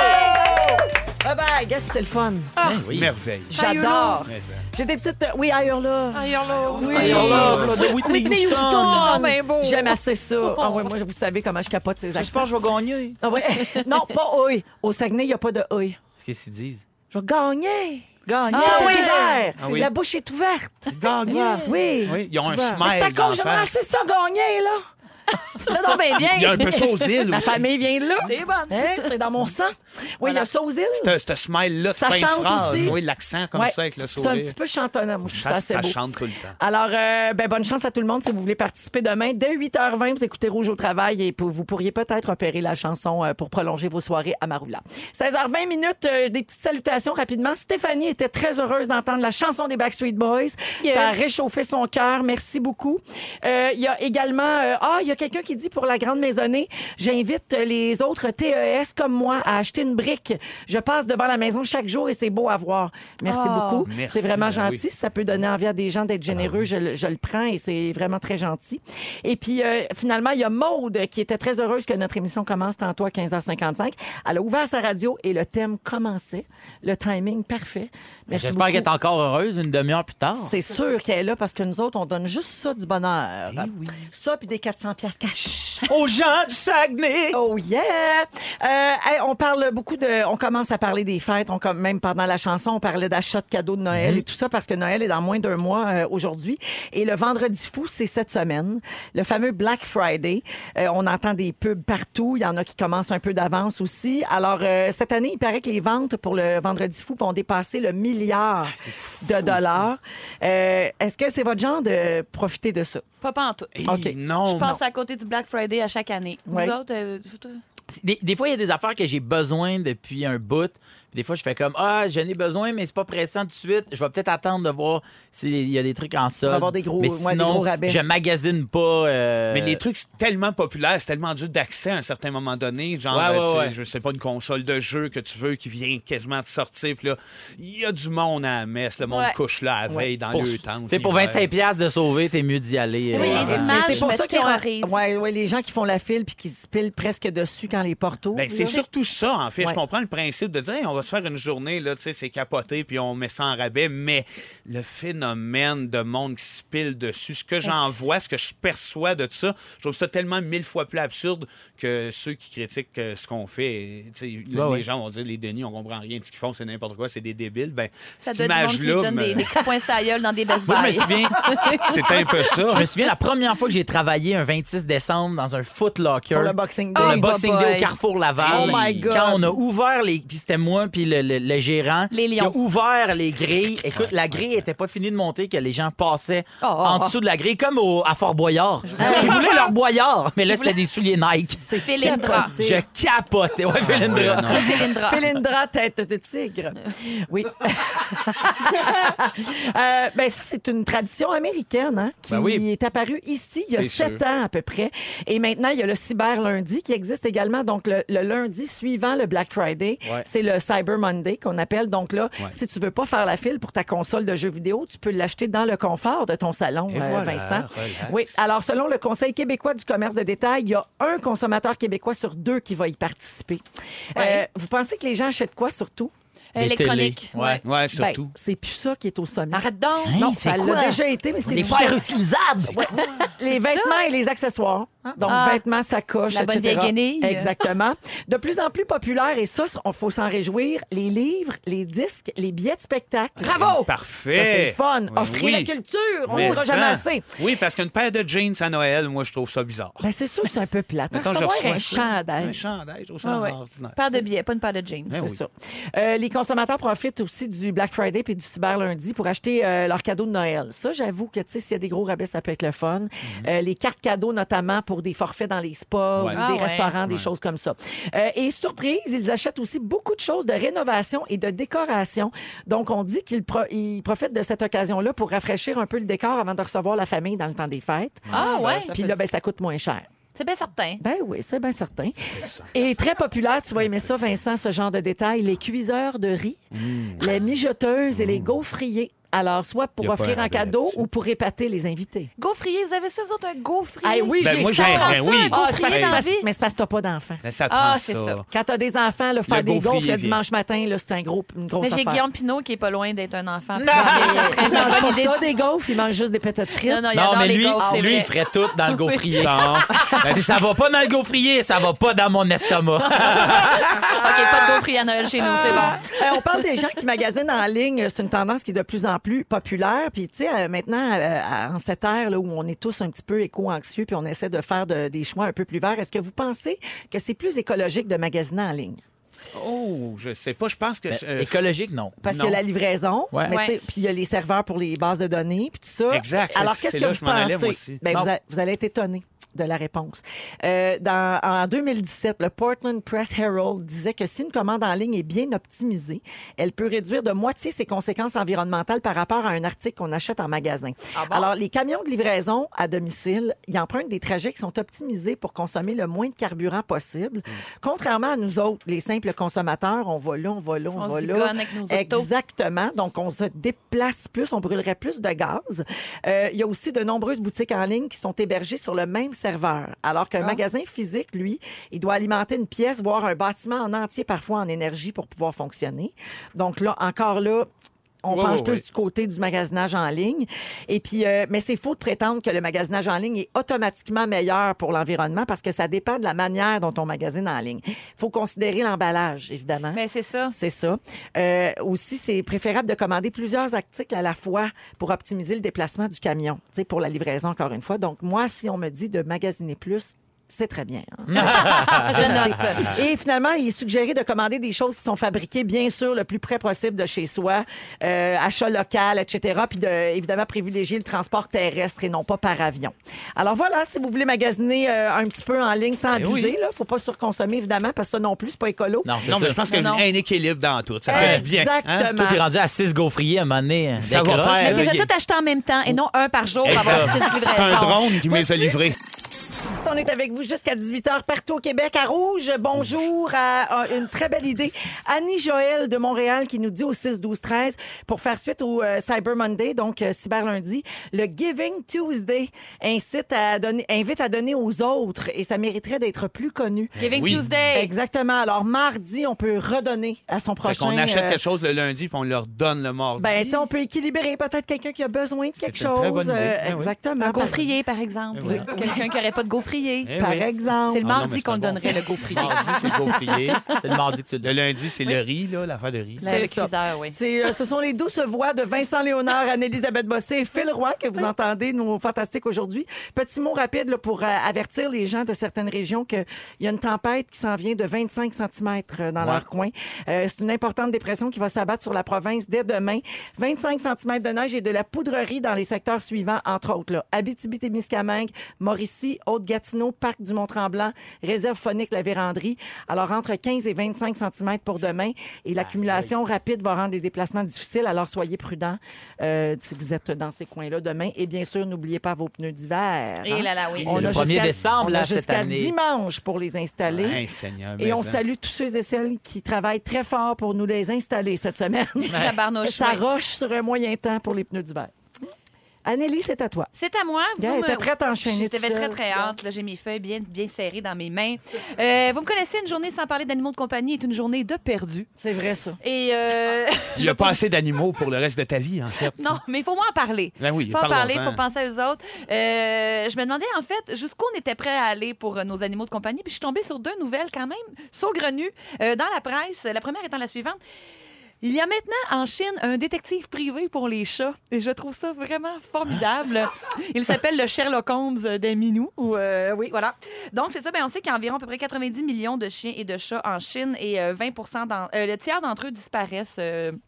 Bye bye, guess c'est le fun. Oui. Merveille. J'adore. Mais ça- J'ai des petites. Oui, Higher Love. Higher Love. Oui. Higher Love, là, de Whitney Houston. Ah, ben beau. J'aime assez ça. Ah ouais, moi, vous savez comment je capote ces Je accents. pense que je vais gagner. Ah ouais. Non, pas oi. Au Saguenay, il n'y a pas de oi. C'est ce qu'ils se disent. Je vais gagner. Gagner. Tout est oui. ouvert. Ah oui. La bouche est ouverte. Gagnant. Oui. Oui, ils ont un Mais c'est à smile cause d'en j'aimerais face. assez ça gagner, là. Ça va donc bien bien. Il y a un peu ça aux îles Ma aussi. famille vient de là. C'est bonne. Hein, c'est dans mon sang. Oui, il y a ça aux îles. Ce smile-là de Ça fin de chante phrase. aussi. Oui, l'accent comme Ouais. ça avec le C'est un sourire. petit peu chantonnant. Moi, je trouve ça assez Ça beau. chante tout le temps. Alors, bonne chance à tout le monde si vous voulez participer demain. Dès 8h20, vous écoutez Rouge au travail et vous pourriez peut-être repérer la chanson pour prolonger vos soirées à Maroula. 16h20 minutes, des petites salutations rapidement. Stéphanie était très heureuse d'entendre la chanson des Backstreet Boys. Ça a réchauffé son cœur. Merci beaucoup. Il y a également... il y a quelqu'un qui dit pour la Grande Maisonnée, j'invite les autres TES comme moi à acheter une brique. Je passe devant la maison chaque jour et c'est beau à voir. Merci beaucoup. Merci, C'est vraiment ben gentil. oui. Si ça peut donner envie à des gens d'être généreux, je le prends et c'est vraiment très gentil. Et puis, finalement, il y a Maude qui était très heureuse que notre émission commence tantôt à 15h55. Elle a ouvert sa radio et le thème commençait. Le timing parfait. Merci J'espère beaucoup. qu'elle est encore heureuse une demi-heure plus tard. C'est sûr qu'elle est là parce que nous autres, on donne juste ça du bonheur. Ça, puis des 400 piastres cash. Aux gens du Saguenay! Oh yeah! Hey, on parle beaucoup de... On commence à parler des fêtes. Même pendant la chanson, on parlait d'achats de cadeaux de Noël et tout ça parce que Noël est dans moins d'un mois aujourd'hui. Et le Vendredi fou, c'est cette semaine. Le fameux Black Friday. On entend des pubs partout. Il y en a qui commencent un peu d'avance aussi. Alors, cette année, il paraît que les ventes pour le Vendredi fou vont dépasser le milliard de dollars. Est-ce que c'est votre genre de profiter de ça? Pas pantoute. OK. Non, Je passe à côté du Black Friday à chaque année. Ouais. Vous autres, Des fois, il y a des affaires que j'ai besoin depuis un bout. Des fois, je fais comme j'en ai besoin, mais c'est pas pressant tout de suite. Je vais peut-être attendre de voir s'il y a des trucs en solde. avoir des gros- mais ouais, sinon, des gros rabais. je magasine pas. Mais les trucs, c'est tellement populaire, c'est tellement dur d'accès à un certain moment donné. Genre, Ouais. je sais pas, une console de jeu que tu veux qui vient quasiment de sortir. Puis là, il y a du monde à la messe. Le monde Ouais. couche là à veille dans Pour, le tente. t'sais, pour 25$ de sauver, t'es mieux d'y aller. Oui, les avant. images Mais c'est pour me ça qu'ils ont... terrorisent. Ouais, les gens qui font la file puis qui se pilent presque dessus quand les portes ouvrent. Ben, c'est là. surtout ça, en fait. Ouais. Je comprends le principe de dire, hey, on va se faire une journée, là, tu sais, c'est capoté, puis on met ça en rabais. Mais le phénomène de monde qui se pile dessus, ce que j'en vois, ce que je perçois de ça, je trouve ça tellement 1000 fois plus absurde que ceux qui critiquent ce qu'on fait. Tu sais, les gens vont dire, les Denis, on comprend rien de ce qu'ils font, c'est n'importe quoi, c'est des débiles. Ben, ça cette doit être du monde qui image-là, donne me- des coups de poing sur la gueule dans des Best Buy. Moi, je me souviens, c'est un peu ça. je me souviens la première fois que j'ai travaillé un 26 décembre dans un Foot Locker. Pour le Boxing Day. Pour Oh, le Boxing Day boy. au Carrefour Laval. Oh my God. Quand on a ouvert les... Puis c'était moi puis le gérant Les qui a lions. ouvert les grilles. Écoute, la grille était pas finie de monter que les gens passaient Oh, oh, en oh. dessous de la grille, comme à Fort Boyard. Ils voulaient leur Boyard, mais là, c'était des souliers Nike. C'est Philindra. capoté. Je capotais. Ouais, Philindra. Philindra. Philindra, tête de tigre. Oui. Ça, c'est une tradition américaine hein, qui Ben oui. est apparue ici il y a C'est 7 sûr. ans à peu près. Et maintenant, il y a le Cyber Lundi qui existe également. Donc, le lundi suivant le Black Friday, Ouais. c'est le Cyber Monday qu'on appelle. Donc là, si tu veux pas faire la file pour ta console de jeux vidéo, tu peux l'acheter dans le confort de ton salon, voilà, Vincent. relax. Oui. Alors, selon le Conseil québécois du commerce de détail, il y a un consommateur québécois sur 2 qui va y participer. Ouais. Vous pensez que les gens achètent quoi surtout? Les Électronique. télés. Ouais. Ouais, Ben, surtout. c'est plus ça qui est au sommet. Arrête donc. Hein, Non, c'est ça quoi? l'a déjà été, mais c'est Des plus paires ça. utilisables. Les vêtements et les accessoires. Donc, Ah. vêtements, sacoches, La bonne etc. vieille guenille. Exactement. De plus en plus populaire, et ça, il faut s'en réjouir, les livres, les disques, les billets de spectacle. Bravo! Parfait. Ça, c'est le fun. Oui, Offrir oui. la culture, on ne Mais dira jamais ça. assez. Oui, parce qu'une paire de jeans à Noël, moi, je trouve ça bizarre. Ben, c'est sûr que c'est un peu plate. Mettons, je Recevoir reçois un ça. chandail. Un chandail, je trouve ça Ah ouais. ordinaire. Paire de billets, pas une paire de jeans. Ben C'est oui. ça. Les consommateurs profitent aussi du Black Friday puis du Cyber Lundi pour acheter leurs cadeaux de Noël. Ça, j'avoue que, tu sais, s'il y a des gros rabais, ça peut être le fun. Les cartes cadeaux, notamment pour des forfaits dans les spas Ouais. ou Ah des ouais. restaurants, des choses comme ça. Et surprise, ils achètent aussi beaucoup de choses de rénovation et de décoration. Donc, on dit qu'ils ils profitent de cette occasion-là pour rafraîchir un peu le décor avant de recevoir la famille dans le temps des fêtes. Ah ouais. Puis là, ben, ça coûte moins cher. C'est bien certain. Ben oui, c'est bien certain. Et très populaire, tu vas aimer ça, Vincent, ce genre de détails. Les cuiseurs de riz, les mijoteuses et les gaufriers. Alors, soit pour Y a pas offrir un en rabais cadeau là-dessus. ou pour épater les invités. Gaufrier, vous avez ça, vous autres, un gaufrier? Ah oui, Ben, j'ai moi, ça. j'ai- Prends ben ça, oui. un Ah, c'est gaufrier dans la vie. mais c'est parce que t'as pas d'enfants. Mais ça prend Ah, ça. c'est ça. Quand t'as des enfants, là, faire Le des gaufres gaufrier le vient. dimanche matin, là, c'est une grosse Mais j'ai affaire. Guillaume Pinot qui est pas loin d'être un enfant. Il Ça serait une mange bonne pas idée. ça, des gaufres, il mange juste des pétates frites. Non, non, il Non, adore mais les lui, gaufres, c'est lui, il vrai. ferait tout dans le gaufrier. Bon. Si ça va pas dans le gaufrier, ça va pas dans mon estomac. OK, pas de gaufrier à Noël chez nous, c'est bon. On parle des gens qui magasinent en ligne. C'est une tendance qui est de plus en en plus populaire. Puis, tu sais, maintenant, en cette ère là, où on est tous un petit peu éco-anxieux puis on essaie de faire des choix un peu plus verts, est-ce que vous pensez que c'est plus écologique de magasiner en ligne? Oh, je sais pas. Je pense que... Écologique, non. Parce qu'il y a la livraison, Ouais. mais tu sais, puis il y a les serveurs pour les bases de données, puis tout ça. Exact. Alors, C'est qu'est-ce que là vous je m'en allais, moi pensez? aussi. Ben, Non. vous allez être étonné de la réponse. En 2017, le Portland Press Herald disait que si une commande en ligne est bien optimisée, elle peut réduire de moitié ses conséquences environnementales par rapport à un article qu'on achète en magasin. Alors, les camions de livraison à domicile, ils empruntent des trajets qui sont optimisés pour consommer le moins de carburant possible. Contrairement à nous autres, les simples consommateurs, on va là, on va là, on va là. zigonne avec nos autos. Exactement. Donc, on se déplace plus, on brûlerait plus de gaz. Il y a aussi de nombreuses boutiques en ligne qui sont hébergées sur le même serveur. Alors qu'un magasin physique, lui, il doit alimenter une pièce, voire un bâtiment en entier, parfois en énergie, pour pouvoir fonctionner. Donc là, encore là, on penche plus du côté du magasinage en ligne. Et puis, mais c'est faux de prétendre que le magasinage en ligne est automatiquement meilleur pour l'environnement parce que ça dépend de la manière dont on magasine en ligne. Il faut considérer l'emballage, évidemment. Mais c'est ça. C'est ça. Aussi, c'est préférable de commander plusieurs articles à la fois pour optimiser le déplacement du camion, tu sais, pour la livraison, encore une fois. Donc, moi, si on me dit de magasiner plus, c'est très bien. Hein? Je note. Et finalement, il est suggéré de commander des choses qui sont fabriquées, bien sûr, le plus près possible de chez soi, achat local, etc. Puis, évidemment, privilégier le transport terrestre et non pas par avion. Alors voilà, si vous voulez magasiner un petit peu en ligne sans abuser, il ne faut pas surconsommer, évidemment, parce que ça non plus, c'est pas écolo. Non, c'est Non, ça. mais je pense qu'il y a Non. un équilibre dans tout. Ça fait du bien. Hein? Exactement. Toi, t'es rendu à 6 gaufriers à un moment donné. Ça va décroche. faire. Mais il t'es y a- tout acheté en même temps et non un par jour pour avoir Exact. 6 livraisons. C'est un drone qui me les a Voici. livrés. On est avec vous jusqu'à 18h partout au Québec à Rouge. Bonjour à une très belle idée. Annie Joël de Montréal qui nous dit au 6-12-13 pour faire suite au Cyber Monday, donc Cyber Lundi, le Giving Tuesday invite à donner aux autres et ça mériterait d'être plus connu. Giving Oui. Tuesday. Exactement. Alors, mardi, on peut redonner à son Fait prochain. qu'on achète quelque chose le lundi puis on leur donne le mardi. Ben, tu sais, on peut équilibrer peut-être quelqu'un qui a besoin de C'est quelque une chose. très bonne idée. Ben oui. Exactement. Un gaufrier, par exemple. Oui. Quelqu'un qui n'aurait pas de gaufrier. Eh Par oui. exemple. C'est le Ah non, mardi mais c'est qu'on un le bon. donnerait, le gaufrier. Mardi, c'est le gaufrier. C'est le mardi que tu le Le donnes. lundi, c'est le riz, là, l'affaire de riz. Le C'est ça. cuiseur, oui. Ce sont les douces voix de Vincent Léonard, Anne-Élisabeth Bossé et Phil Roy que vous entendez, nos fantastiques aujourd'hui. Petit mot rapide là, pour avertir les gens de certaines régions qu'il y a une tempête qui s'en vient de 25 cm dans leur coin. C'est une importante dépression qui va s'abattre sur la province dès demain. 25 cm de neige et de la poudrerie dans les secteurs suivants, entre autres. Là. Abitibi-Témiscamingue, Mauricie, Haute-Gatineau, Parc du Mont-Tremblant, Réserve phonique La Vérandrie. Alors, entre 15 et 25 cm pour demain. Et l'accumulation rapide va rendre les déplacements difficiles. Alors, soyez prudents si vous êtes dans ces coins-là demain. Et bien sûr, n'oubliez pas vos pneus d'hiver. Et là, là, oui. C'est le 1er décembre, on là, a cette jusqu'à année. dimanche pour les installer. Hey, Seigneur, Et mais on ça. salue tous ceux et celles qui travaillent très fort pour nous les installer cette semaine. Tabarnouche, Ça oui. roche sur un moyen temps pour les pneus d'hiver. Anneli, c'est à toi. C'est à moi. Gars, elle était prête à enchaîner J'étais toute très, seule. très hâte. Là, j'ai mes feuilles bien, bien serrées dans mes mains. Vous me connaissez, une journée sans parler d'animaux de compagnie est une journée de perdu. C'est vrai, ça. Et Il n'y a pas assez d'animaux pour le reste de ta vie, en fait. non, mais il faut moins en parler. Ben oui, Il faut en parler, il parlons-en. faut penser aux autres. Je me demandais, en fait, jusqu'où on était prêt à aller pour nos animaux de compagnie. Puis je suis tombée sur 2 nouvelles quand même saugrenues dans la presse. La première étant la suivante. Il y a maintenant en Chine un détective privé pour les chats et je trouve ça vraiment formidable. Il s'appelle le Sherlock Holmes des minous. Oui, voilà. Donc, c'est ça. Ben, on sait qu'il y a environ à peu près 90 millions de chiens et de chats en Chine et 20% le tiers d'entre eux disparaissent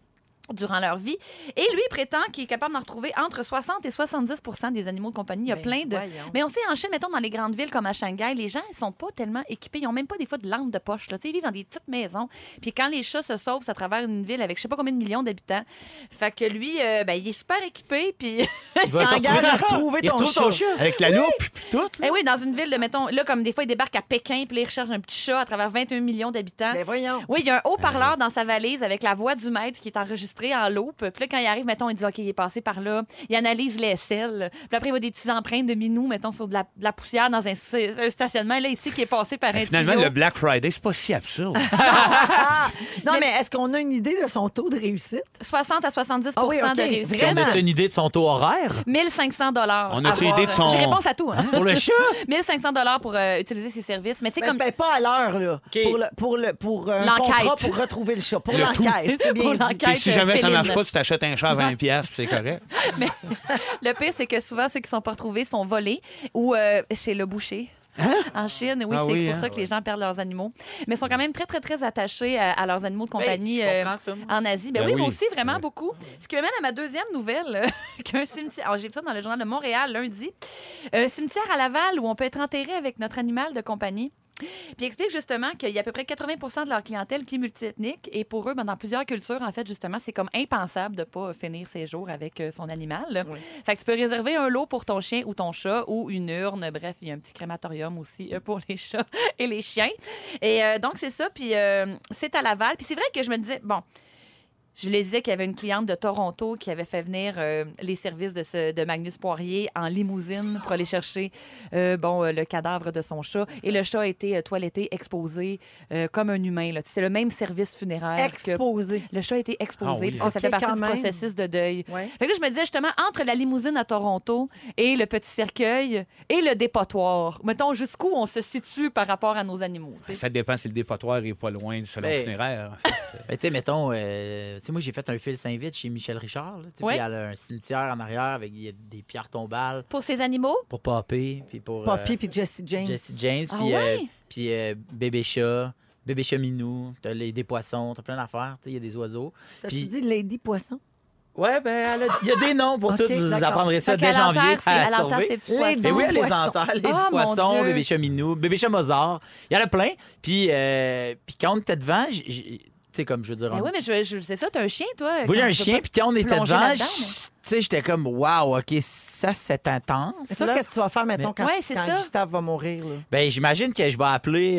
durant leur vie. Et lui prétend qu'il est capable d'en retrouver entre 60 et 70 des animaux de compagnie. Il y a Ben, plein de... voyons. Mais on sait, en Chine, mettons, dans les grandes villes comme à Shanghai, les gens, ils sont pas tellement équipés. Ils ont même pas des fois de lampe de poche. Là. Tu sais, ils vivent dans des petites maisons. Puis quand les chats se sauvent, c'est à travers une ville avec je sais pas combien de millions d'habitants. Fait que lui, ben, il est super équipé. Puis... Il va S'engage à retrouver Il ton retrouve chat. ton chat. Avec la loupe, puis tout. là. Eh oui, dans une ville de, mettons, là, comme des fois, ils débarquent à Pékin, puis là, ils recherchent un petit chat à travers 21 millions d'habitants. Ben voyons. Oui, il y a un haut-parleur dans sa valise avec la voix du maître qui est enregistrée en loupe. Puis là, quand il arrive, mettons, il dit OK, il est passé par là. Il analyse les selles. Puis après, il voit des petites empreintes de minous, mettons, sur de la poussière dans un stationnement. Là, ici, qui est passé par un Finalement, tuyau. le Black Friday, c'est pas si absurde. Non, mais est-ce qu'on a une idée de son taux de réussite? 60 à 70 Ah oui, OK. de réussite. Puis on a-tu une idée de son taux horaire? 1500 On a-tu idée de son- J'ai réponse à tout. Hein? Pour le chat? 1500 pour utiliser ses services. Mais tu sais, Ben, comme... ben, pas à l'heure, là. OK. Pour un L'enquête. contrat pour retrouver le chat. Pour Le tout. l'enquête. C'est bien Pour dit. l'enquête. Puis si euh, jamais ça féline. marche pas, tu t'achètes un chat à 20$, puis c'est correct. Mais le pire, c'est que souvent, ceux qui sont pas retrouvés sont volés ou chez le boucher. En Chine, oui, Ah c'est oui, pour hein? ça que les gens perdent leurs animaux. Mais ils sont quand même très, très, très attachés à leurs animaux de compagnie je comprends ça, moi. en Asie. Ben Ben oui, oui. moi aussi, vraiment Ouais. beaucoup. Ce qui m'amène à ma deuxième nouvelle, qu'un cimetière... Alors, j'ai vu ça dans le Journal de Montréal lundi. Un cimetière à Laval où on peut être enterré avec notre animal de compagnie. Puis il explique justement qu'il y a à peu près 80 de leur clientèle qui est multiethnique et pour eux, ben, dans plusieurs cultures, en fait, justement, c'est comme impensable de pas finir ses jours avec son animal. Fait que tu peux réserver un lot pour ton chien ou ton chat ou une urne. Bref, il y a un petit crématorium aussi pour les chats et les chiens. Et donc, c'est ça. Puis c'est à Laval. Puis c'est vrai que je me disais, bon... Je les disais qu'il y avait une cliente de Toronto qui avait fait venir les services de Magnus Poirier en limousine pour aller chercher le cadavre de son chat. Et le chat a été toiletté, exposé comme un humain. Là. C'est le même service funéraire. Exposé. Le chat a été exposé Ah oui. parce que ça Ok, fait partie quand du même. processus de deuil. Ouais. Fait que là, je me disais justement, entre la limousine à Toronto et le petit cercueil et le dépotoir, mettons jusqu'où on se situe par rapport à nos animaux. tu sais. Ça dépend si le dépotoir est pas loin du salon Ben, funéraire. En fait. Ben, tu sais, mettons, tu sais, moi, j'ai fait un fil Saint-Vite chez Michel Richard. Là, tu sais, Ouais. puis elle a un cimetière en arrière avec il y a des pierres tombales Pour ces animaux, pour Poppy, puis pour Poppy puis Jesse James. Jesse James, Ah puis ouais? Bébé chat Minou, t'as des poissons, t'as plein d'affaires, tu sais, il y a des oiseaux. T'as-tu Puis- dit Lady Poisson? Ouais, ben, il y a des noms pour Ok, tous. Vous d'accord. apprendrez ça Fait dès qu'elle janvier enterre à elle enterre surveiller. ses petits Les poissons. Mais oui, elle les poissons. enterre, les Oh, petits mon poissons, Dieu. bébé chat Minou, bébé chat Mozart. Il y en a plein. Puis quand on était devant, tu sais, comme je veux dire... Ben oui, mais c'est ça, t'as un chien, toi. Moi, j'ai Quand un tu peux chien, pas puis quand on était plonger devant, là-dedans, tu sais, j'étais comme, waouh, OK, ça, c'est intense. Mais toi, là. qu'est-ce que tu vas faire, mettons, quand, Ouais, c'est quand ça. Gustave va mourir? Là? Ben, j'imagine que je vais appeler.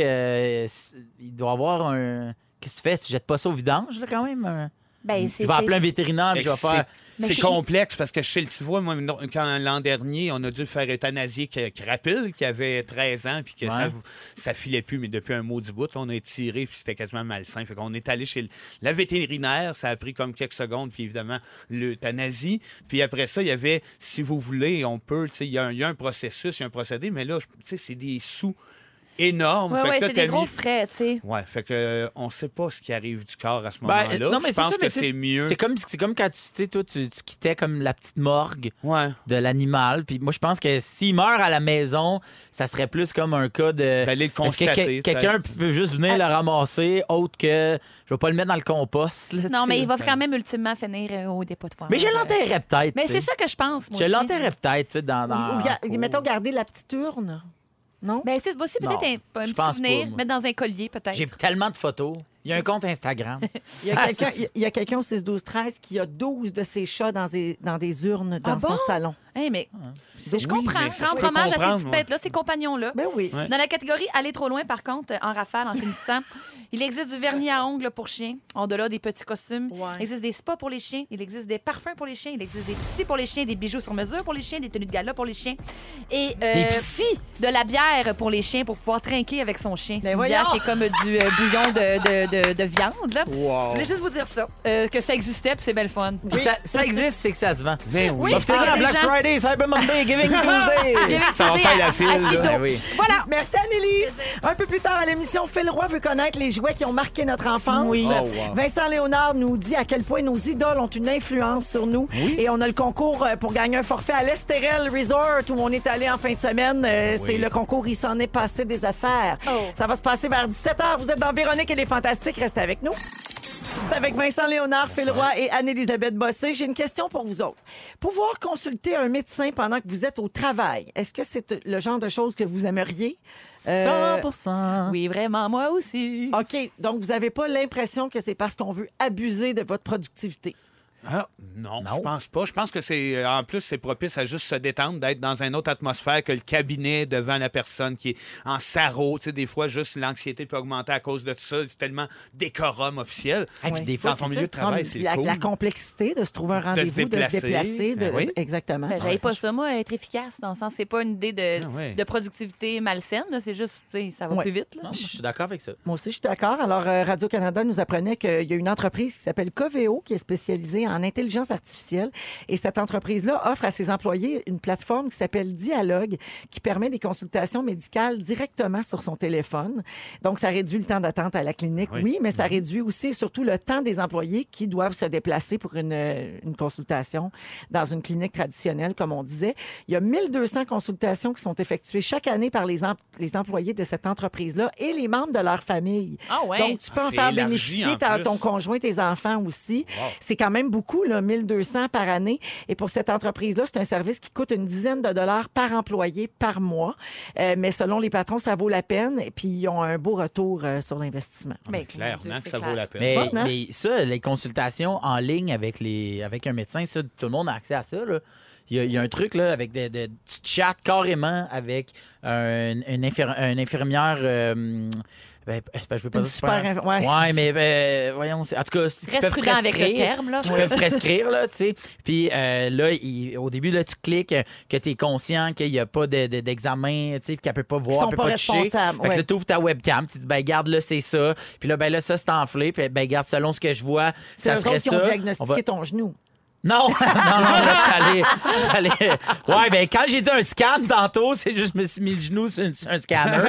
Il doit avoir un. Qu'est-ce que tu fais? Tu jettes pas ça au vidange, là, quand même? Ben, c'est Je vais appeler un vétérinaire, puis je vais faire. Mais C'est je- complexe parce que chez le tu vois, moi, quand l'an dernier, on a dû faire euthanasier Crapule, qui avait 13 ans, puis que Ouais. ça filait plus, mais depuis un maudit bout, là, on a tiré, puis c'était quasiment malsain. Fait qu'on est allé chez la vétérinaire, ça a pris comme quelques secondes, puis évidemment, l'euthanasie. Puis après ça, il y avait, si vous voulez, on peut, tu sais, il y a un processus, il y a un procédé, mais là, tu sais, c'est des sous énormes. Ouais, Fait que ouais, là, c'est t'as des gros mis- frais, tu sais. Ouais, fait que on sait pas ce qui arrive du corps à ce Ben, moment-là. non, mais Je c'est pense ça, que mais tu sais, c'est mieux. C'est comme quand tu sais, toi, tu quittais comme la petite morgue Ouais. de l'animal. Puis moi, je pense que s'il meurt à la maison, ça serait plus comme un cas de. D'aller le Est-ce que constater. quelqu'un peut juste venir le ramasser, autre que je vais pas le mettre dans le compost. Là, Non, tu sais, mais il là. va quand même ultimement finir au dépotoir. Mais je l'enterrais peut-être. Mais tu sais. c'est ça que je pense, moi Je aussi. l'enterrais peut-être, tu sais, dans. Mettons, garder la petite urne. Non? Ben, c'est aussi peut-être Non, un je petit pense souvenir, pas, moi. mettre dans un collier, peut-être. J'ai tellement de photos. Il y a un compte Instagram. Il y a quelqu'un il y a quelqu'un au 6-12-13 qui a 12 de ses chats dans des urnes dans Ah son bon? salon. Hey, mais je Oui, comprends. mais ça, je Rendre peux hommage à ces comprendre, petites moi. bêtes-là, ces compagnons-là. Ben oui. Ouais. Dans la catégorie aller trop loin, par contre, en rafale, en finissant, il existe du vernis à ongles pour chiens, au-delà des petits costumes. Ouais. Il existe des spas pour les chiens, il existe des parfums pour les chiens, il existe des psys pour les chiens, des bijoux sur mesure pour les chiens, des tenues de gala pour les chiens. Et Des psys? de la bière pour les chiens pour pouvoir trinquer avec son chien. C'est Ben une bière voyons! qui est comme du bouillon de viande. Là. Wow. Je voulais juste vous dire ça, que ça existait, puis c'est belle fun. Puis ça existe, c'est que ça se vend. Ben oui. Oui. Profitez-en, Ah, les Black gens- Friday, Cyber Monday, Giving Tuesday. Ça va faire la file, là. Fido. Ben oui. Voilà, merci Anneli. Un peu plus tard à l'émission, Phil Roy veut connaître les jouets qui ont marqué notre enfance. Oui. Oh, wow. Vincent Léonard nous dit à quel point nos idoles ont une influence sur nous. Et on a le concours pour gagner un forfait à l'Estérel Resort où on est allé en fin de semaine. C'est le concours Il s'en est passé des affaires. Ça va se passer vers 17h. Vous êtes dans Véronique et les Fantastiques. Restez avec nous. C'est avec Vincent Léonard, Phil Roy et Anne-Élisabeth Bossé. J'ai une question pour vous autres. Pouvoir consulter un médecin pendant que vous êtes au travail, est-ce que c'est le genre de choses que vous aimeriez? 100%. Oui, vraiment, moi aussi. OK, donc vous n'avez pas l'impression que c'est parce qu'on veut abuser de votre productivité. Ah, non, Non. je pense pas. Je pense que c'est en plus c'est propice à juste se détendre, d'être dans une autre atmosphère que le cabinet devant la personne qui est en sarrau. Tu sais, des fois, juste l'anxiété peut augmenter à cause de tout ça. C'est tellement décorum officiel. Et puis des fois, Dans ton c'est milieu ça. de travail, c'est la, cool. la complexité de se trouver un rendez-vous, de se déplacer. déplacer. Ben oui. Exactement. Ben, j'avais pas ça, moi, être efficace, dans le sens, c'est pas une idée de, Ah ouais. de productivité malsaine, là, c'est juste, tu sais, ça va Ouais. plus vite. Là. Non, je suis d'accord avec ça. Moi aussi, je suis d'accord. Alors, Radio-Canada nous apprenait qu'il y a une entreprise qui s'appelle Coveo qui est spécialisée en intelligence artificielle. Et cette entreprise-là offre à ses employés une plateforme qui s'appelle Dialogue, qui permet des consultations médicales directement sur son téléphone. Donc, ça réduit le temps d'attente à la clinique, oui, mais ça réduit aussi et surtout le temps des employés qui doivent se déplacer pour une consultation dans une clinique traditionnelle, comme on disait. Il y a 1200 consultations qui sont effectuées chaque année par les employés de cette entreprise-là et les membres de leur famille. Ah ouais. Donc, tu peux en faire bénéficier ton conjoint, tes enfants aussi. Wow. C'est quand même beaucoup, là, 1200 par année. Et pour cette entreprise-là, c'est un service qui coûte une dizaine de dollars par employé par mois. Mais selon les patrons, ça vaut la peine. Et puis, ils ont un beau retour sur l'investissement. Mais clairement que ça vaut la peine. Mais ça, les consultations en ligne avec un médecin, ça, tout le monde a accès à ça, là. Il y a un truc, là, avec tu te chattes carrément avec une infirmière... je veux pas dire ouais, mais voyons, en tout cas, reste prudent avec le terme, là. Ils peuvent prescrire, là, tu sais. Puis là, au début, là, tu cliques que tu es conscient qu'il n'y a pas d'examen, tu sais, qu'elle peut pas voir, elle peut pas toucher. Fait que là, tu ouvres ta webcam, tu dis, ben, garde, là, c'est ça. Puis là, ça, c'est enflé. Puis, ben, garde, selon ce que je vois, ça serait ça. C'est eux qui ont diagnostiqué ton genou. Non, là, je suis allé. Ouais, ben quand j'ai dit un scan tantôt, c'est juste que je me suis mis le genou sur un scanner.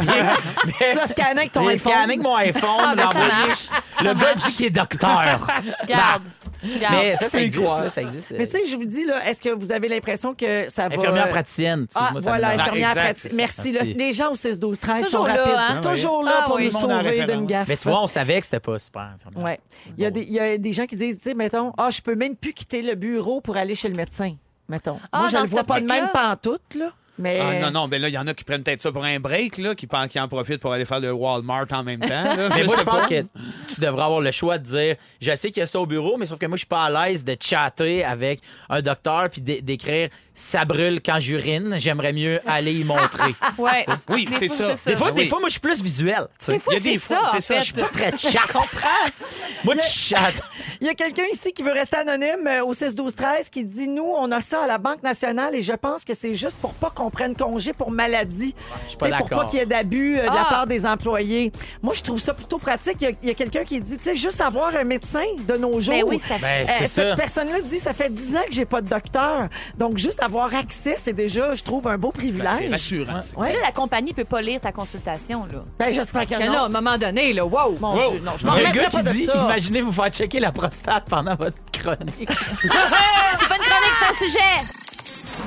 Tu l'as scanné avec ton iPhone. J'ai scanné avec mon iPhone, le gars dit qu'il est docteur. Garde. Mais ça existe, là, ça existe. Mais tu sais, je vous dis, là, est-ce que vous avez l'impression que ça va... Infirmière praticienne. Voilà, infirmière praticienne. Merci. Les gens au 6-12-13 sont rapides. Hein? Toujours là pour nous sauver d'une gaffe. Mais tu vois, on savait que c'était pas super. Oui. Il y a des gens qui disent, tu sais, mettons, je peux même plus quitter le bureau pour aller chez le médecin, mettons. Moi, je le vois pas de même pantoute, là. Mais... non, mais là, il y en a qui prennent peut-être ça pour un break, là, qui en profitent pour aller faire le Walmart en même temps. Là, mais moi, je pense que tu devrais avoir le choix de dire, je sais qu'il y a ça au bureau, mais sauf que moi, je suis pas à l'aise de chatter avec un docteur puis d'écrire « ça brûle quand j'urine, j'aimerais mieux aller y montrer ». Ouais. Oui, c'est ça. Des fois, moi, je suis plus visuel. Des fois, c'est ça. Je suis pas très chat. Je comprends. Moi, tu chattes. Il y a quelqu'un ici qui veut rester anonyme au 6-12-13 qui dit, nous, on a ça à la Banque nationale et je pense que c'est juste pour pas qu'on prenne congé pour maladie. Je suis pas d'accord. Pour pas qu'il y ait d'abus de la part des employés. Moi, je trouve ça plutôt pratique. Il y a quelqu'un qui dit, tu sais, juste avoir un médecin de nos jours. Ben oui, c'est cette personne-là dit, ça fait 10 ans que j'ai pas de docteur. Donc, juste avoir accès, c'est déjà, je trouve, un beau privilège. C'est rassurant. Ouais. Là, la compagnie peut pas lire ta consultation, là. Ben, j'espère que non. Là, à un moment donné, là, wow! Mon Dieu, non, je m'en le remettrai gars pas qui de dit, ça. imaginez vous faire checker la prostate pendant votre chronique. C'est pas une chronique, c'est un sujet!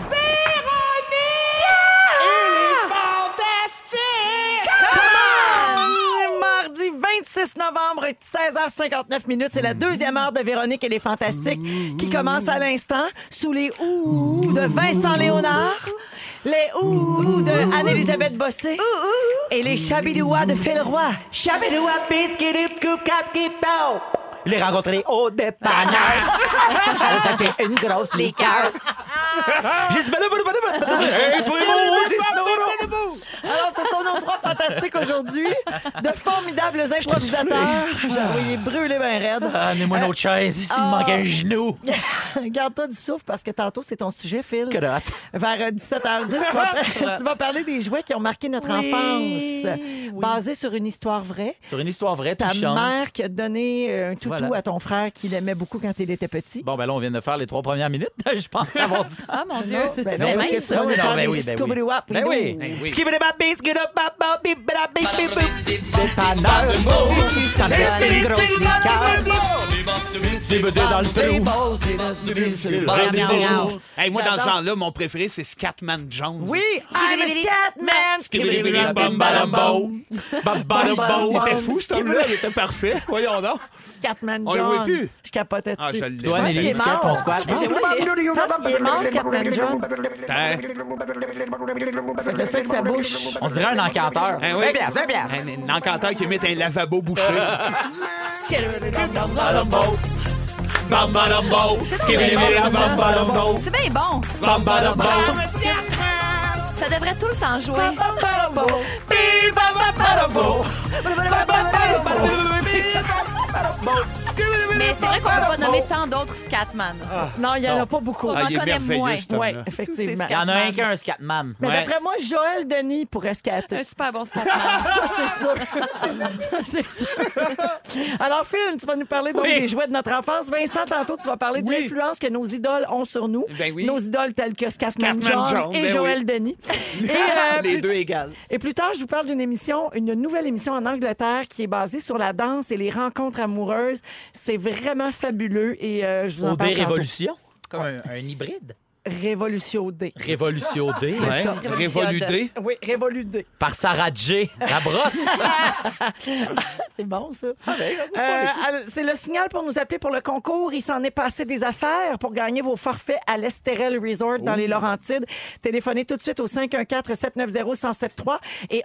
Mardi 26 novembre, 16h59, c'est la deuxième heure de Véronique et les Fantastiques qui commence à l'instant sous les ouh de Vincent Léonard, les ouh de Anne-Élisabeth Bossé et les chabidoua de Phil Roy. Chabidoua, biscuit, coupe, cap, kipao. Les rencontrer au dépanneur. On s'achetait une grosse liqueur. J'ai dit, Alors, ce sont nos trois fantastiques aujourd'hui, de formidables improvisateurs. J'ai envoyé brûler ben raide. Amenez-moi une autre chaise, ici, il me manque un genou. Garde-toi du souffle parce que tantôt, c'est ton sujet, Phil. Crotte. Vers 17h10, tu vas parler des jouets qui ont marqué notre enfance. Basés sur une histoire vraie. Sur une histoire vraie, Ta touchante. mère qui a donné un toutou à ton frère qu'il aimait beaucoup quand il était petit. Bon, ben là, on vient de faire les 3 premières minutes. Je pense avoir du temps. Ah, mon Dieu! Ben C'était non, parce que mince, tu vas nous faire des oui. scooby-wap. Ben oui. Dépanneur, ça fait une grosse liqueur. Des bedeux dans le trou. Hey, moi, dans ce genre-là, mon préféré, c'est Scatman Jones. Oui, I'm a Scatman. Il était fou, cet homme-là. Il était parfait. Voyons donc. Scatman On le voit John. plus. Je capotais dessus. Ah, je l'ai. Toi, pense qu'il Nelly, est c'est mort. ton squat. Je pense qu'il est mort, Scatman John. Hein? C'est ça que sa bouche. On dirait un encanteur. Hein, oui. Un encanteur qui met un lavabo bouché. C'est bien bon! Ça devrait tout le temps jouer. Mais c'est vrai qu'on peut pas nommer tant d'autres Scatman. Non, il n'y en a pas beaucoup. On Ah, en il est connaît merveilleux, moins. cet homme-là. Oui, effectivement. Il y en a un qu'un Scatman. Mais Ouais. d'après moi, Joël Denis pourrait scatter. Un super bon Scatman. Ça, c'est sûr. C'est sûr. Alors, Phil, tu vas nous parler donc Oui. des jouets de notre enfance. Vincent, tantôt, tu vas parler de Oui. l'influence que nos idoles ont sur nous. Ben oui. Nos idoles telles que Scatman Scatman John John, et ben Joël oui. Denis. Les plus- deux égales. Et plus tard, je vous parle d'une émission, une nouvelle émission en Angleterre qui est basée sur la danse et les rencontres amoureuses. C'est vraiment fabuleux et je vous en OD parle tantôt. Révolution. Comme un hybride. Révolution D. Révolution D. C'est ça. Révoludé. Oui, Révolu D. Par Sarah J. La brosse. C'est bon, ça. Alors, c'est le signal pour nous appeler pour le concours. Il s'en est passé des affaires pour gagner vos forfaits à l'Estérel Resort dans les Laurentides. Téléphonez tout de suite au 514-790-1073 et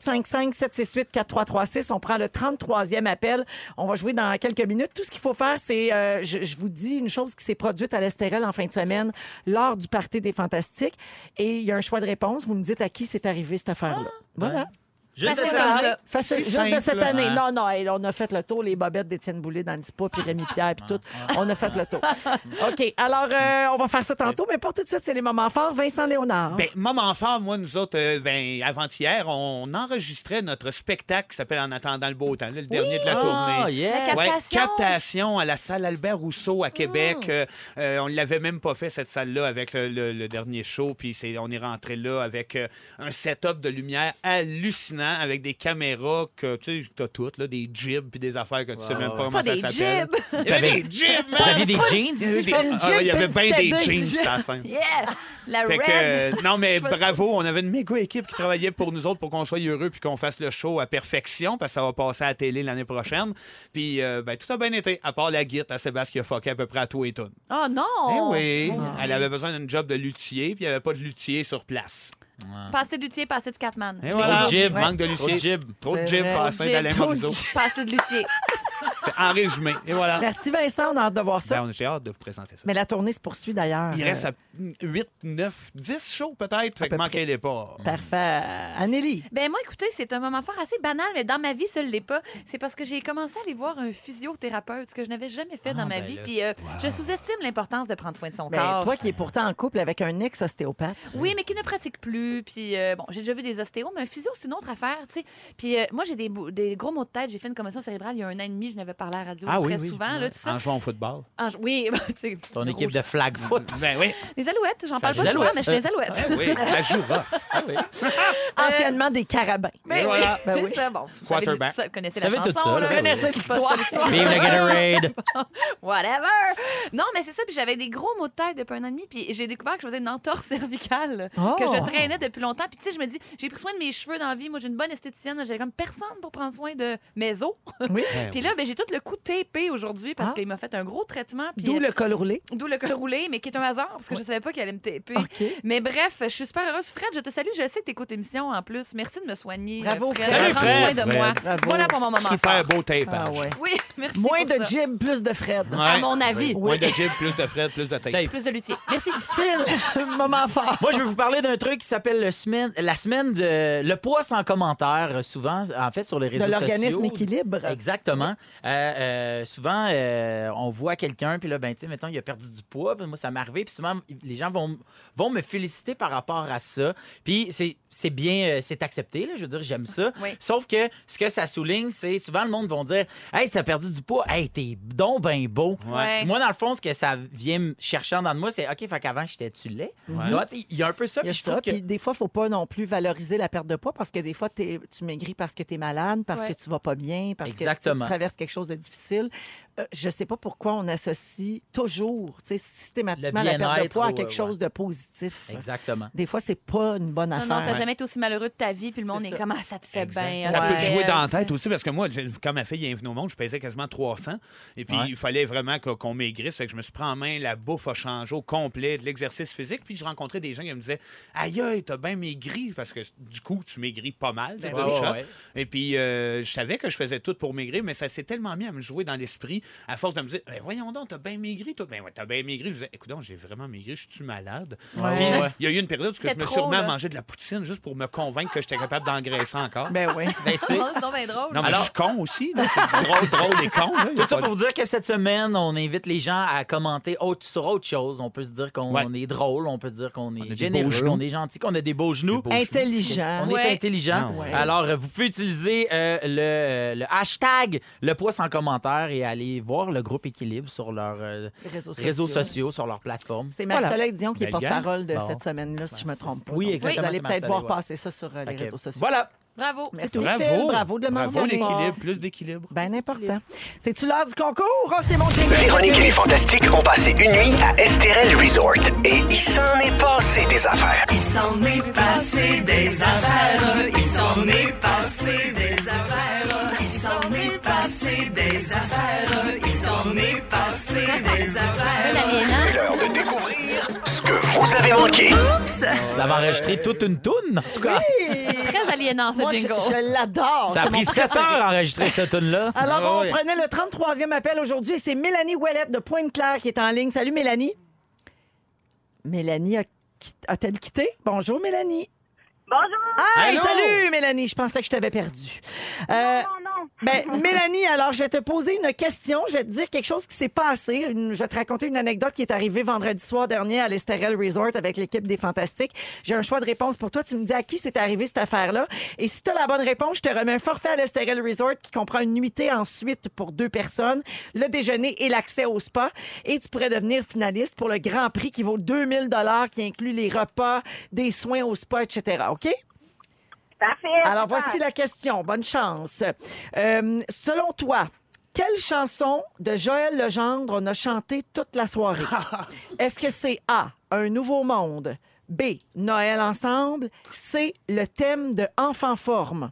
1-855-768-4336. On prend le 33e appel. On va jouer dans quelques minutes. Tout ce qu'il faut faire, c'est, je vous dis une chose qui s'est produite à l'Estérel en fin de semaine lors du Party des Fantastiques. Et il y a un choix de réponse. Vous me dites à qui c'est arrivé cette affaire-là. Voilà. Juste Facile de comme ça. ça. Facile, Si juste de cette simple, année. hein? Non, non, hey, on a fait le tour, les bobettes d'Étienne Boulay dans le spa, puis Rémi Pierre, puis tout. On a fait le tour. OK, alors, on va faire ça tantôt, mais pour tout de suite, c'est les moments forts. Vincent Léonard. Ben, moment fort, moi, nous autres, avant-hier, on enregistrait notre spectacle qui s'appelle En attendant le beau temps, là, le dernier de la Ah, tournée. yeah. Ouais, Captation. captation à la salle Albert Rousseau à Québec. On ne l'avait même pas fait, cette salle-là, avec le dernier show. Puis on est rentré là avec un setup de lumière hallucinant, avec des caméras que tu sais, t'as toutes, là, des jibs puis des affaires que tu sais même pas comment Pas ça des s'appelle. jibs. Il y avait des jibs, man! Vous aviez des jeans? Il y avait des- Une Ah, jib il y avait bien des c'était jeans, des ça scène. Yeah! La Fait que, red. non, mais Choisis. bravo, on avait une méga équipe qui travaillait pour nous autres pour qu'on soit heureux puis qu'on fasse le show à perfection parce que ça va passer à la télé l'année prochaine. Puis, ben, tout a bien été, à part la guitare à Sébastien qui a fucké à peu près à tout et tout. Oh non! Eh oui, Mon elle Dieu. avait besoin d'une job de luthier puis il n'y avait pas de luthier sur place. Pas assez de luthier, pas assez de Scatman. Et voilà, de jib. manque de Trop de luthier. jib. Trop de C'est jib vrai. à Trop de Saint-Alain jib. Morisot. Pas assez de luthier. C'est en résumé. Et voilà. Merci, Vincent. On a hâte de voir ça. Ben, j'ai hâte de vous présenter ça. Mais la tournée se poursuit d'ailleurs. Il reste à 8, 9, 10 shows peut-être. Fait peu que manquez-les pas. Parfait. Anneli. Ben moi, écoutez, c'est un moment fort assez banal, mais dans ma vie, ça ne l'est pas. C'est parce que j'ai commencé à aller voir un physiothérapeute, ce que je n'avais jamais fait dans ma ben vie. là. Puis je sous-estime l'importance de prendre soin de son Ben, corps. toi qui es pourtant en couple avec un ex-ostéopathe. Oui, mais qui ne pratique plus. Puis, bon, j'ai déjà vu des ostéos, mais un physio, c'est une autre affaire, tu sais. Puis, moi, j'ai des gros maux de tête. J'ai fait une commotion cérébrale il y a 1 an et demi. Je n'avais parlé à la radio Ah oui, très oui. souvent, là, tout ça. En jouant au football. Oui, tu sais. Ton le équipe rouge. de flag foot. Ben oui. Les alouettes, j'en Ça parle joue pas souvent, l'alouette. mais je suis les alouettes. Ben oui, la joue rough. Anciennement des carabins. Et voilà. Ben C'est oui. ça, bon. Vous Quarterback. connaissez Vous la savez tout chanson, ça, là. là. Vous connaissez C'est pas ça, l'histoire. Vive le Gatorade. Whatever! Non, mais c'est ça, puis j'avais des gros maux de tête depuis 1 an et demi, puis j'ai découvert que je faisais une entorse cervicale Oh! que je traînais depuis longtemps. Puis tu sais, je me dis, j'ai pris soin de mes cheveux dans la vie. Moi, j'ai une bonne esthéticienne. J'avais comme personne pour prendre soin de mes os. Oui. Puis là, ben, j'ai tout le cou tapé aujourd'hui parce Ah. qu'il m'a fait un gros traitement. Puis, D'où le col roulé. d'où le col roulé, mais qui est un hasard parce que je savais pas qu'il allait me taper. OK. Mais bref, je suis super heureuse. Fred, je te salue. Je sais que tu écoutes l'émission en plus. Merci de me soigner. Bravo, Fred. Fred. de prendre Salut, soin Fred. de moi. Bravo. Voilà pour mon moment Super fort. beau tapage. Ah ouais. Oui, merci. Moins pour de ça. Jib, plus de Fred. Ouais. À mon avis. Moins de jib, plus de Fred, plus de tape. Tape. Plus de luthier. Merci. Phil, moment fort. Moi, je vais vous parler d'un truc qui s'appelle la semaine de le poids sans commentaire, souvent, en fait, sur les réseaux De l'organisme sociaux. Équilibre. Exactement. Souvent, on voit quelqu'un, puis là, ben, tu sais, mettons, il a perdu du poids, puis moi, ça m'est arrivé, puis souvent, les gens vont me féliciter par rapport à ça. Puis c'est bien, c'est accepté, là, je veux dire, j'aime ça. Oui. Sauf que ce que ça souligne, c'est souvent le monde va dire Hey, t'as perdu du poids, hey, t'es donc ben beau. Ouais. Moi, dans le fond, ce que ça vient me chercher en dedans de moi, c'est OK, fait qu'avant, j'étais-tu laid? Tu vois, il y a un peu ça, Il y a puis je ça. trouve que. Puis des fois, il ne faut pas non plus valoriser la perte de poids parce que des fois, tu maigris parce que tu es malade, parce Ouais. que tu vas pas bien, parce que Exactement. tu traverses quelque chose de difficile. Je sais pas pourquoi on associe toujours, systématiquement, Le la perte de bien-être poids à au- quelque ouais. chose de positif. Exactement. Des fois, c'est pas une bonne Non, affaire. non, t'as jamais été aussi malheureux de ta vie, puis le monde C'est est ça. comme, ah, ça te fait Exact. bien. Ça ah, peut te ouais, jouer dans la c'est- tête aussi, parce que moi, quand ma fille est venue au monde, je pesais quasiment 300. Et puis, Ouais. il fallait vraiment qu'on maigrisse. Fait que je me suis pris en main, la bouffe a changé au complet, de l'exercice physique. Puis, je rencontrais des gens qui me disaient Aïe, aïe, t'as bien maigri. Parce que du coup, tu maigris pas mal, Ben d'une ouais, shot. ouais. Et puis, je savais que je faisais tout pour maigrir, mais ça s'est tellement mis à me jouer dans l'esprit à force de me dire, voyons donc, t'as bien maigri, toi. Ben ouais, t'as bien maigri. Je disais, écoute donc, j'ai vraiment maigri, je suis malade. Ouais. Puis, Ouais. il y a eu une période où je me C'était suis trop, remis à là. manger de la poutine juste pour me convaincre que j'étais capable d'engraisser encore. Ben oui. Ben, tu sais, Oh, c'est donc bien drôle. Non, mais Alors- je suis con aussi. Là. C'est drôle et con. Là. Il y a Tout ça pas pour vous dire que cette semaine, on invite les gens à commenter sur autre chose. On peut se dire qu'on Ouais. est drôle, on peut dire qu'on a est des généreux, beaux genoux. on est gentil, qu'on a des beaux genoux. Des beaux Intelligent. On Ouais. est intelligent. Ah ouais. Alors, vous pouvez utiliser le hashtag Le Pouce en commentaire et aller voir le groupe Équilibre sur leurs réseaux sociaux, sur leur plateforme. C'est Voilà. Marcel Dion qui est Belle porte-parole de Bon. cette semaine-là, si je me trompe pas. Oui, Donc, exactement, Vous allez c'est peut-être Marcel, voir ouais. passer ça sur les Fait que, réseaux sociaux. Voilà. Bravo. Merci, Bravo. Phil. Bravo de le Bravo mentionner. l'équilibre, plus d'équilibre. Bien important. C'est-tu l'heure du concours? Oh, c'est mon jingle. Véronique et les Fantastiques ont passé une nuit à Esterel Resort. Et il s'en est passé des affaires. Il s'en est passé des affaires. Il s'en est passé des affaires. Il s'en est passé des affaires. Il s'en est passé des affaires. C'est l'heure de découvrir ce que vous avez manqué. Vous avez enregistré toute une toune, en tout cas. Très aliénant, ce Moi, jingle. je l'adore. Ça a C'est mon pris 7 préféré. heures à enregistrer cette tune-là. Alors, Ah on ouais. prenait le 33e appel aujourd'hui et c'est Mélanie Ouellette de Pointe-Claire qui est en ligne. Salut, Mélanie. Mélanie a-t-elle quitté? Bonjour, Mélanie. Bonjour! Hey, Allô? salut, Mélanie. Je pensais que je t'avais perdu. Non. Ben, Mélanie, alors, je vais te poser une question. Je vais te dire quelque chose qui s'est passé. Je vais te raconter une anecdote qui est arrivée vendredi soir dernier à l'Esterel Resort avec l'équipe des Fantastiques. J'ai un choix de réponse pour toi. Tu me dis à qui c'est arrivé cette affaire-là. Et si tu as la bonne réponse, je te remets un forfait à l'Esterel Resort qui comprend une nuitée ensuite pour 2 personnes, le déjeuner et l'accès au spa. Et tu pourrais devenir finaliste pour le grand prix qui vaut 2000 $ qui inclut les repas, des soins au spa, etc. OK? Parfait. Alors, voici la question. Bonne chance. Selon toi, quelle chanson de Joël Legendre on a chanté toute la soirée? Est-ce que c'est A, Un nouveau monde, B, Noël ensemble, C, le thème de Enfant forme?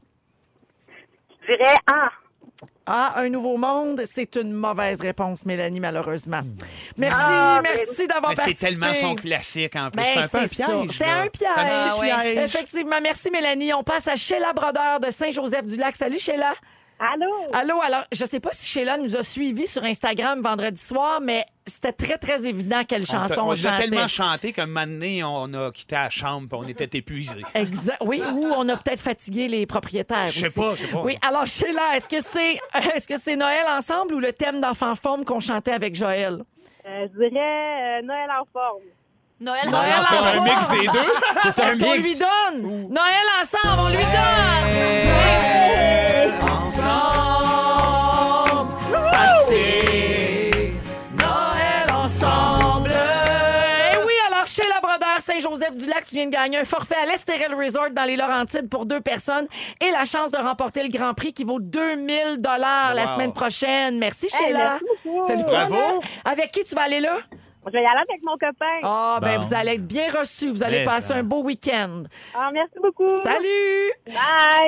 Je dirais A. A, Un nouveau monde, c'est une mauvaise réponse, Mélanie, malheureusement. Merci, Ah, merci d'avoir Mais c'est participé. tellement son classique en plus. Ben, c'est un peu un c'est ça. piège. C'était là. un piège. C'est un petit Ah ouais. piège. Effectivement. Merci, Mélanie. On passe à Sheila Brodeur de Saint-Joseph-du-Lac. Salut, Sheila. Allô? Allô, alors, je sais pas si Sheila nous a suivis sur Instagram vendredi soir, mais c'était très, très évident quelle chanson On on a chantait. tellement chanté qu'un moment donné, on a quitté la chambre et on était épuisés. Exact. Oui, ou on a peut-être fatigué les propriétaires. Je sais aussi. pas, je sais pas. Oui, alors Sheila, est-ce que c'est Noël ensemble ou le thème d'Enfant forme qu'on chantait avec Joël? Je dirais Noël en forme. Noël Noël C'est ensemble. un mix des deux. C'est un Est-ce qu'on mix. lui donne? Noël ensemble, on lui donne! Ensemble, passer Noël ensemble. Et oui, alors chez la Brodeur Saint-Joseph-du-Lac, tu viens de gagner un forfait à l'Esterel Resort dans les Laurentides pour 2 personnes et la chance de remporter le Grand Prix qui vaut 2000 $ la Wow. semaine prochaine. Merci, Sheila. merci beaucoup. C'est le fun, Bravo. hein? Avec qui tu vas aller là? Je vais y aller avec mon copain. Ah, ben Bon. vous allez être bien reçus. Vous allez Mais passer ça. un beau week-end. Ah, merci beaucoup. Salut! Bye.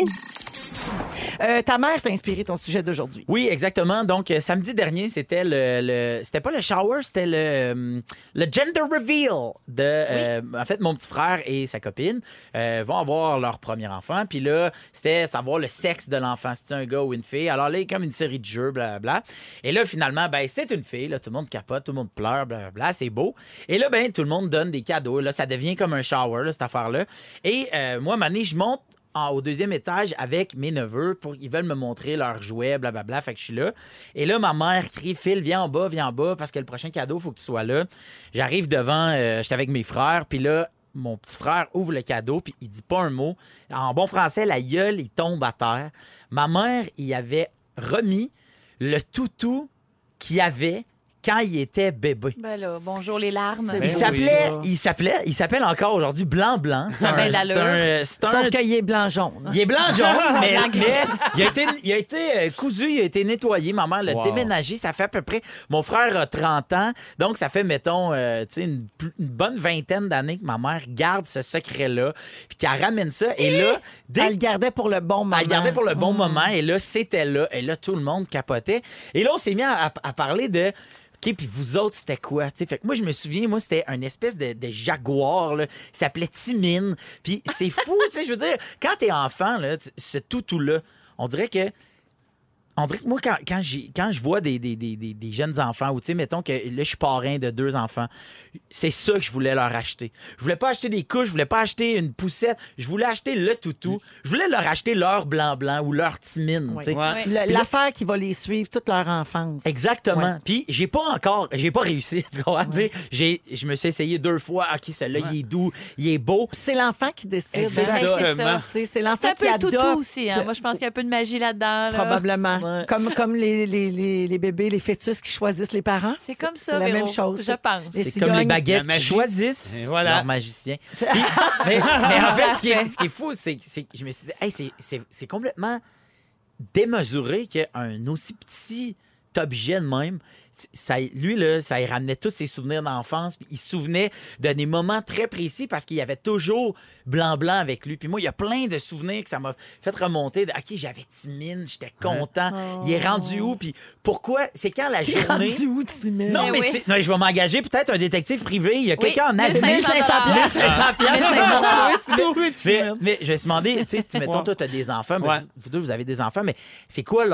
Ta mère t'a inspiré ton sujet d'aujourd'hui. Oui, exactement. Donc, samedi dernier, c'était c'était pas le shower, c'était le gender reveal de... en fait, mon petit frère et sa copine vont avoir leur premier enfant. Puis là, c'était savoir le sexe de l'enfant. C'était un gars ou une fille. Alors là, il y a comme une série de jeux, blablabla. Et là, finalement, ben c'est une fille. Là, tout le monde capote, tout le monde pleure, blablabla. C'est beau. Et là, ben tout le monde donne des cadeaux. Là, ça devient comme un shower, là, cette affaire-là. Et moi, Mané, je monte au 2e étage avec mes neveux ils veulent me montrer leurs jouets, blablabla. Fait que je suis là. Et là, ma mère crie, Phil, viens en bas, parce que le prochain cadeau, il faut que tu sois là. J'arrive devant, j'étais avec mes frères, puis là, mon petit frère ouvre le cadeau, puis il dit pas un mot. En bon français, la gueule, il tombe à terre. Ma mère, il avait remis le toutou qu'il avait quand il était bébé. Ben là, bonjour les larmes. C'est Il Ben il s'appelle encore aujourd'hui Blanc. Ça a bien l'allure. Sauf qu'il est blanc-jaune. Il est blanc-jaune, mais, Blanc il a été cousu, il a été nettoyé. Ma mère l'a Wow. déménagé. Ça fait à peu près... Mon frère a 30 ans, donc ça fait, mettons, tu sais, une bonne vingtaine d'années que ma mère garde ce secret-là, puis qu'elle ramène ça. Et là, Elle le gardait pour le bon moment. elle gardait pour le bon moment, et là, c'était là. Et là, tout le monde capotait. Et là, on s'est mis à parler de... OK, puis vous autres, c'était quoi? T'sais, fait que moi, je me souviens, c'était un espèce de jaguar, là. Il s'appelait Timine. Puis c'est fou, tu sais, je veux dire, quand t'es enfant, là, ce toutou-là, on dirait que On dirait que moi, quand je vois des jeunes enfants, ou tu sais, mettons que là, je suis parrain de 2 enfants, c'est ça que je voulais leur acheter. Je voulais pas acheter des couches, je voulais pas acheter une poussette, je voulais acheter le toutou. Je voulais leur acheter leur blanc-blanc ou leur timine, tu sais. L'affaire qui va les suivre toute leur enfance. Exactement. Ouais. Puis j'ai pas réussi. Tu comprends? Je me suis essayé 2 fois. OK, celui-là, il est doux, il est beau. C'est l'enfant qui décide. Exactement. C'est l'enfant C'est un qui peu le adopte. toutou aussi. Hein? Moi, je pense qu'il y a un peu de magie là-dedans. là. Probablement. Ouais. Comme les bébés, les fœtus qui choisissent les parents. C'est comme ça, C'est la Véro, même chose. je pense. Les C'est comme les cigognes. baguettes La qui magie. choisissent Et voilà. leur magicien. Mais en fait, ce qui Parfait. est fou, c'est que je me suis dit, hey, c'est complètement démesuré qu'un aussi petit objet de même, lui, là, ça y ramenait tous ses souvenirs d'enfance. Puis il se souvenait de des moments très précis parce qu'il y avait toujours blanc-blanc avec lui. Puis moi, il y a plein de souvenirs que ça m'a fait remonter. OK, j'avais Timine, j'étais content. Il est rendu où? Puis pourquoi? C'est quand la journée... Rendu où, Timine? Non, mais oui. non, je vais m'engager peut-être un détective privé. Il y a quelqu'un en Asie. 1500 $1500. Mais je vais se demander, tu sais, mettons, toi, tu as des enfants, mais Ouais. vous deux, vous avez des enfants, mais c'est quoi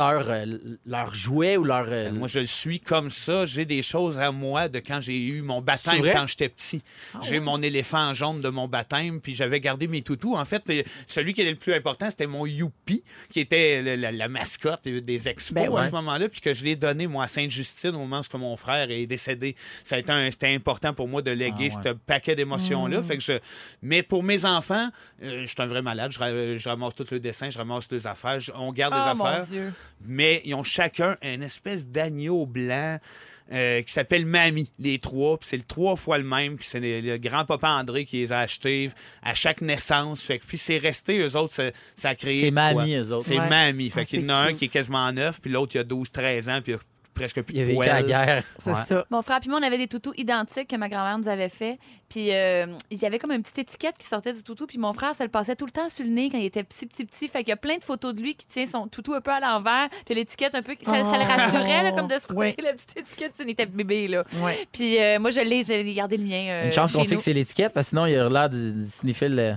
leur jouet ou leur. Moi, je le suis comme ça. J'ai des choses à moi de quand j'ai eu mon C'est baptême vrai? quand j'étais petit. J'ai mon éléphant jaune de mon baptême, puis j'avais gardé mes toutous. En fait, celui qui était le plus important, c'était mon Youpi, qui était la mascotte des expos Ben ouais. à ce moment-là, puis que je l'ai donné, moi, à Sainte-Justine, au moment où mon frère est décédé. C'était important pour moi de léguer Ah ouais. ce paquet d'émotions-là. Fait que Mais pour mes enfants, je suis un vrai malade. Je ramasse tout le dessin, je ramasse les affaires. On garde Oh, les mon affaires. Dieu. Mais ils ont chacun une espèce d'agneau blanc qui s'appelle Mamie, les 3. Puis c'est le 3 fois le même. Puis c'est le grand-papa André qui les a achetés à chaque naissance. Fait que, puis c'est resté, eux autres, ça a créé... C'est de quoi. Mamie, eux autres. C'est Ouais. Mamie. Fait Ah, qu'il y en c'est a un cute. qui est quasiment neuf, puis l'autre, il a 12-13 ans, puis il a presque plus Il a de vécu à la poils. guerre. C'est Ouais. ça. Mon frère et moi, on avait des toutous identiques que ma grand-mère nous avait fait. Puis il y avait comme une petite étiquette qui sortait du toutou. Puis mon frère se le passait tout le temps sur le nez quand il était petit. Fait qu'il y a plein de photos de lui qui tient son toutou un peu à l'envers. Puis l'étiquette un peu... Ça le rassurait, là, comme de se frotter Oui. la petite étiquette. Il était bébé, là. Ouais. Puis moi, je l'ai gardé le mien Une chance chez qu'on sait nous. que c'est l'étiquette, parce que sinon, il a l'air de sniffer le.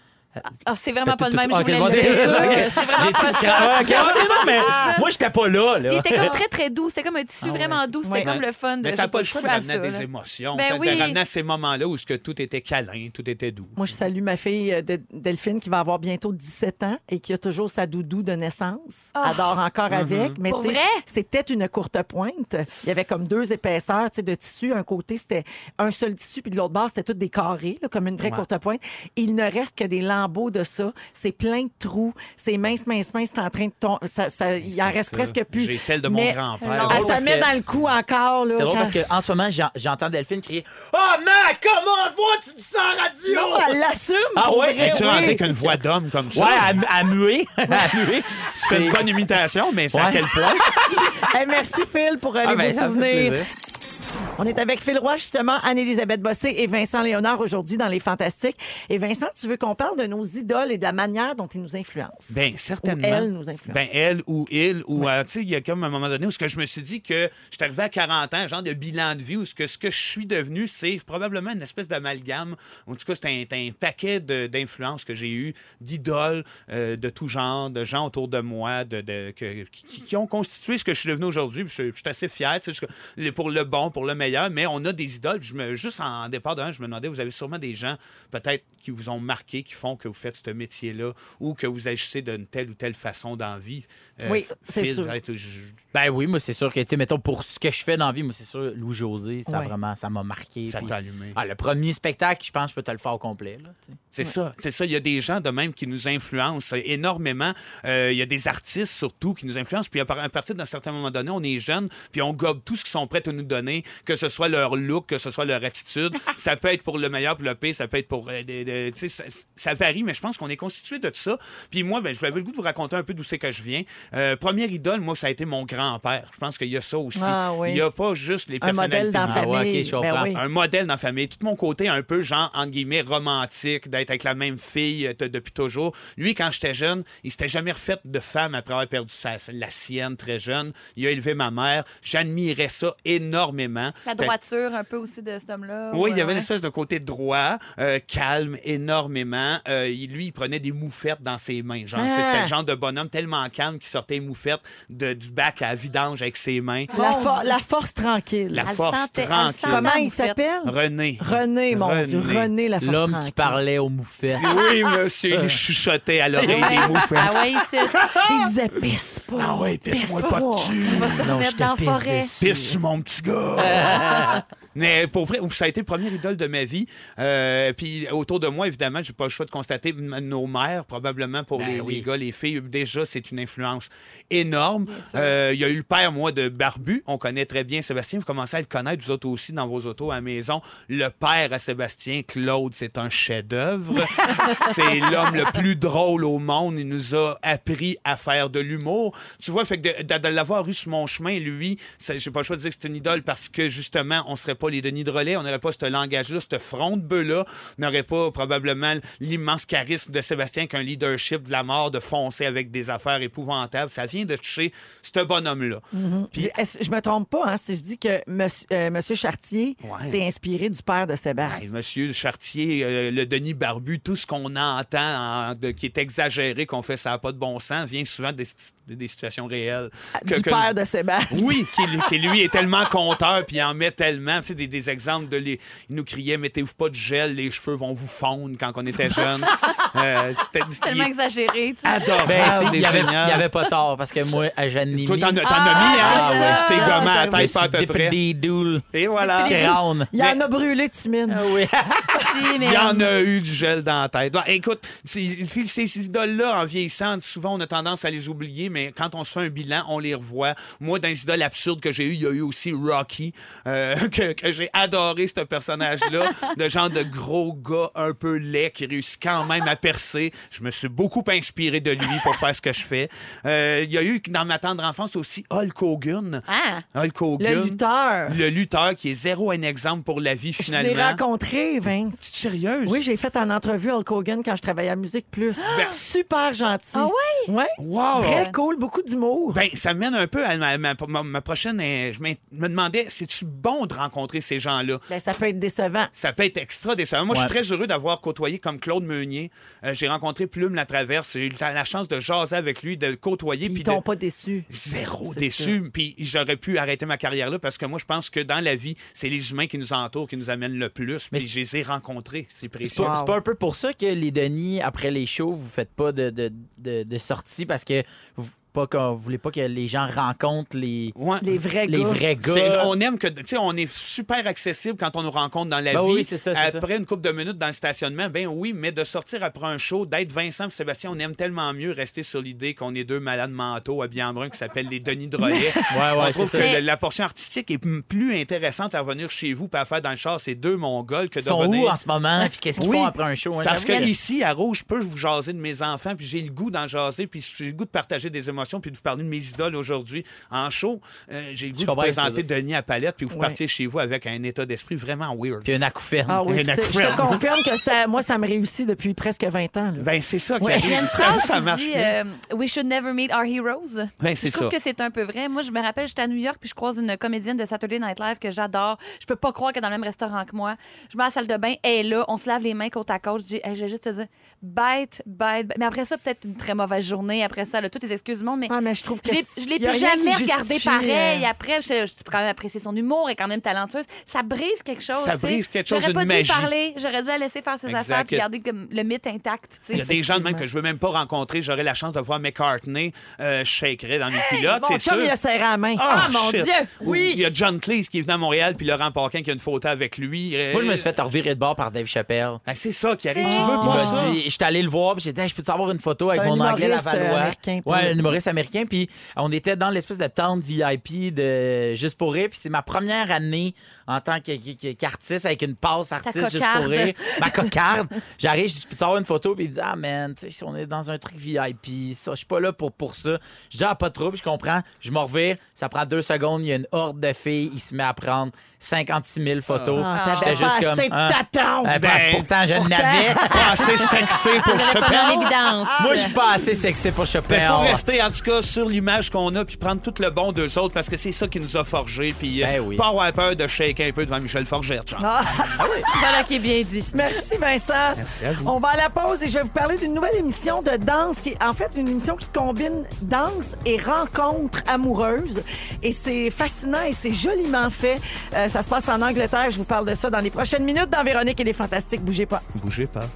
Ah, c'est vraiment pas de même. Je Ok, voulais bon, le dire. C'est vraiment J'ai pas tout ça. scrapé. Non, mais moi, j'étais pas là. Il était comme très, très doux. C'était comme un tissu vraiment doux. C'était Ouais. comme le fun. Mais ça n'a pas le choix de ramener des là. émotions. Ben Ça, oui. de ramener à ces moments-là où ce que tout était câlin, tout était doux. Moi, je salue ma fille Delphine qui va avoir bientôt 17 ans et qui a toujours sa doudou de naissance. Oh. Adore encore avec. Mais Pour tu sais, vrai? c'était une courte pointe. Il y avait comme 2 épaisseurs de tissu. Un côté, c'était un seul tissu, puis de l'autre bord, c'était tout des carrés, là, comme une vraie courte pointe. Et il ne reste que des lambeaux de ça. C'est plein de trous. C'est mince, c'est en train de tomber. Il en C'est reste ça. presque plus. J'ai celle de mon Mais grand-père. Non. Elle drôle se parce met que- dans le cou encore. Là, C'est drôle quand- parce qu'en ce moment, j'entends Delphine crier Oh, man, comment vois-tu dis ça en radio? Non, elle l'assume. Ah pour ouais? vrai, Es-tu oui. rendu avec une voix d'homme comme ça? Ouais, à muer. À muer. C'est une bonne imitation, mais c'est à Ouais. quel point? Hey, merci, Phil, pour les Ah, ben, beaux ça me fait souvenirs. plaisir. On est avec Phil Roy, justement, Anne-Élisabeth Bossé et Vincent Léonard aujourd'hui dans Les Fantastiques. Et Vincent, tu veux qu'on parle de nos idoles et de la manière dont ils nous influencent? Bien, certainement. Ou elles nous influencent. Ben, elle ou il, ou, tu sais, il y a comme un moment donné où ce que je me suis dit que je suis arrivé à 40 ans, un genre de bilan de vie, où ce que je suis devenu, c'est probablement une espèce d'amalgame. En tout cas, c'est un paquet d'influences que j'ai eues, d'idoles de tout genre, de gens autour de moi, qui ont constitué ce que je suis devenu aujourd'hui. Puis je suis assez fier, tu sais, pour le bon, pour le meilleur, mais on a des idoles. Puis juste en départ d'un, je me demandais, vous avez sûrement des gens, peut-être, qui vous ont marqué, qui font que vous faites ce métier-là, ou que vous agissez d'une telle ou telle façon dans la vie. Oui, c'est Phil, sûr. peut-être, Ben oui, moi, c'est sûr que, tu sais, mettons, pour ce que je fais dans la vie, moi, c'est sûr, Louis-José, ça Ouais. vraiment, ça m'a marqué. ça puis- t'a allumé. Ah, le premier spectacle, je pense, je peux te le faire au complet, là, tu sais. C'est ça. Il y a des gens de même qui nous influencent énormément. Il y a des artistes surtout qui nous influencent. Puis à partir d'un certain moment donné, on est jeunes, puis on gobe tout ce qu'ils sont prêts à nous donner, que ce soit leur look, que ce soit leur attitude. Ça peut être pour le meilleur, pour le pire, ça peut être pour... tu sais, ça varie, mais je pense qu'on est constitué de tout ça. Puis moi, ben, je vais avoir le goût de vous raconter un peu d'où c'est que je viens. Première idole, moi, ça a été mon grand-père. Je pense qu'il y a ça aussi. Ah oui. Il n'y a pas juste les Un modèle personnalités. dans la Ah ouais, famille. ok, je comprends. oui. Un modèle dans la famille. Tout mon côté un peu, genre, entre guillemets, romantique, d'être avec la même fille depuis toujours. Lui, quand j'étais jeune, il s'était jamais refait de femme après avoir perdu la sienne très jeune. Il a élevé ma mère. J'admirais ça énormément. La droiture, un peu aussi de cet homme-là. Oui, il y avait ouais. une espèce de côté droit, calme énormément. Lui, il prenait des moufettes dans ses mains. Genre, c'était le genre de bonhomme tellement calme qu'il sortait une moufette du bac à vidange avec ses mains. La force tranquille. La force tranquille. Comment il s'appelle? René. René, mon Dieu. René, la force L'homme tranquille. qui parlait aux moufettes. Oui, monsieur, il chuchotait à l'oreille des moufettes. Ah ouais, Il disait pisse pas. Ah ouais, pisse-moi pas dessus. On va se remettre dans la forêt. Pisse sur mon petit gars. Mais pour vrai, ça a été le premier idole de ma vie. Puis autour de moi, évidemment, j'ai pas le choix de constater nos mères, probablement pour les gars, les filles. Déjà, c'est une influence énorme. Il y a eu le père, moi, de Barbu. On connaît très bien Sébastien. Vous commencez à le connaître, vous autres aussi, dans vos autos à la maison. Le père à Sébastien, Claude, c'est un chef-d'œuvre. C'est l'homme le plus drôle au monde. Il nous a appris à faire de l'humour. Tu vois, fait que de l'avoir eu sur mon chemin, lui, j'ai pas le choix de dire que c'est une idole parce que, justement, on serait pas les Denis de Relais, on n'aurait pas ce langage-là, ce front de bœuf-là, on n'aurait pas probablement l'immense charisme de Sébastien qu'un leadership de la mort, de foncer avec des affaires épouvantables. Ça vient de toucher ce bonhomme-là. Puis, je me trompe pas si je dis que Monsieur Chartier s'est inspiré du père de Sébastien. Monsieur Chartier, le Denis Barbu, tout ce qu'on entend qui est exagéré, qu'on fait ça n'a pas de bon sens, vient souvent des situations réelles. Du père de Sébastien. Oui, qui lui est tellement conteur puis il en met tellement. Tu sais, des exemples il nous criait « Mettez-vous pas de gel, les cheveux vont vous fondre » quand on était jeunes. C'est tellement exagéré. Adorable, il n'y avait pas tort parce que moi, à Jeanne toi, t'en as mis, hein? Tu t'es gommé à la tête pas à peu près. Des doules. Et voilà. Il en a brûlé, Timine. Oui. Il y en a eu du gel dans la tête. Bon, écoute, ces idoles-là, en vieillissant, souvent, on a tendance à les oublier, mais quand on se fait un bilan, on les revoit. Moi, dans les idoles absurdes que j'ai eues, il y a eu aussi Rocky, que j'ai adoré, ce personnage-là, de genre de gros gars un peu laid qui réussit quand même à percer. Je me suis beaucoup inspiré de lui pour faire ce que je fais. Il y a eu, dans ma tendre enfance aussi, Hulk Hogan. Hulk Hogan. Le lutteur. Le lutteur qui est zéro un exemple pour la vie, finalement. Je l'ai rencontré, Vince. Tu es sérieuse? Oui, j'ai fait en entrevue Hulk Hogan quand je travaillais à Musique Plus. Super gentil. Ah oui? Oui. Wow! Très cool, beaucoup d'humour. Ben, ça mène un peu à ma prochaine... Je me demandais, c'est-tu bon de rencontrer ces gens-là? Ben, ça peut être décevant. Ça peut être extra décevant. Moi, je suis très heureux d'avoir côtoyé comme Claude Meunier. J'ai rencontré Plume Latraverse. J'ai eu la chance de jaser avec lui, de le côtoyer. Ils t'ont pas déçu. Zéro déçu. Puis j'aurais pu arrêter ma carrière là parce que moi, je pense que dans la vie, c'est les humains qui nous entourent, qui nous amènent le plus. Puis je les ai rencontrés. C'est précieux. C'est pas un peu pour ça que les Denis, après les shows, vous faites pas de sortie parce que vous voulez pas que les gens rencontrent les vrais gars. On aime que, tu sais, on est super accessible quand on nous rencontre dans la vie. Oui, c'est ça, après une couple de minutes dans le stationnement, ben oui, mais de sortir après un show, d'être Vincent et Sébastien, on aime tellement mieux rester sur l'idée qu'on est deux malades mentaux habillés en brun qui s'appellent les Denis de Relais. On trouve que la portion artistique est plus intéressante à revenir chez vous et à faire dans le char ces deux Mongols que de sont venir... où en ce moment? Puis qu'est-ce qu'ils font après un show? Hein, parce que ici, à Rouge, je peux vous jaser de mes enfants, puis j'ai le goût d'en jaser, puis j'ai le goût de partager des émotions, puis de vous parler de mes idoles aujourd'hui. En show, j'ai le goût de vous présenter Denis à Palette, puis vous partiez chez vous avec un état d'esprit vraiment weird. Puis un acouphène. Ah oui, je te confirme que ça me réussit depuis presque 20 ans. Là. Ben, c'est ça qui arrive. Il y a une phrase ça qui marche dit We should never meet our heroes. Ben, c'est je trouve que c'est un peu vrai. Moi, je me rappelle, j'étais à New York, puis je croise une comédienne de Saturday Night Live que j'adore. Je peux pas croire qu'elle est dans le même restaurant que moi. Je vais à la salle de bain, elle est là, on se lave les mains côte à côte. Je dis, je vais juste te dire, bête. Mais après ça, peut-être une très mauvaise journée. Après ça, toutes les excuses du monde. Mais je trouve que je l'ai plus jamais regardé pareil. Après, je peux quand même apprécier son humour, elle est quand même talentueuse. Ça brise quelque chose. Ça brise quelque chose, J'aurais pas une dû magie. parler. J'aurais dû la laisser faire ses affaires puis garder le mythe intact. Il y a des gens de même que je veux même pas rencontrer. J'aurais la chance de voir McCartney. Je shakerais dans mes culottes, c'est sûr. Il a serré à la main. Mon Dieu! Oui! Il y a John Cleese qui est venu à Montréal, puis Laurent Paquin qui a une photo avec lui. Moi, je me suis fait revirer de bord par Dave Chappelle. C'est ça qui arrive. Tu veux pas ça? J'étais allé le voir, puis j'ai dit, je peux-tu avoir une photo avec mon anglais lavallois? Ouais, un humoriste américain. Puis on était dans l'espèce de tente VIP de Juste pour rire. Puis c'est ma première année en tant qu'artiste avec une passe artiste Juste pour rire. Ma cocarde. J'arrive, je peux avoir une photo, puis il dit, man, tu sais, on est dans un truc VIP. Ça, je suis pas là pour ça. Je dis, pas de trouble, je comprends. Je me revire. Ça prend 2 secondes. Il y a une horde de filles. Il se met à prendre 56 000 photos. J'étais juste comme. Pourtant, je n'avais pas assez sexy pour Chappelle. En évidence. Moi, je suis pas assez sexy pour Chappelle. Il faut rester en tout cas, sur l'image qu'on a, puis prendre tout le bon d'eux autres, parce que c'est ça qui nous a forgés, puis pas avoir peur de shaker un peu devant Michel Forgette, genre. Voilà qui est bien dit. Merci Vincent. Merci à vous. On va à la pause et je vais vous parler d'une nouvelle émission de danse qui est en fait une émission qui combine danse et rencontres amoureuses. Et c'est fascinant et c'est joliment fait. Ça se passe en Angleterre. Je vous parle de ça dans les prochaines minutes dans Véronique et les Fantastiques. Bougez pas. Bougez pas.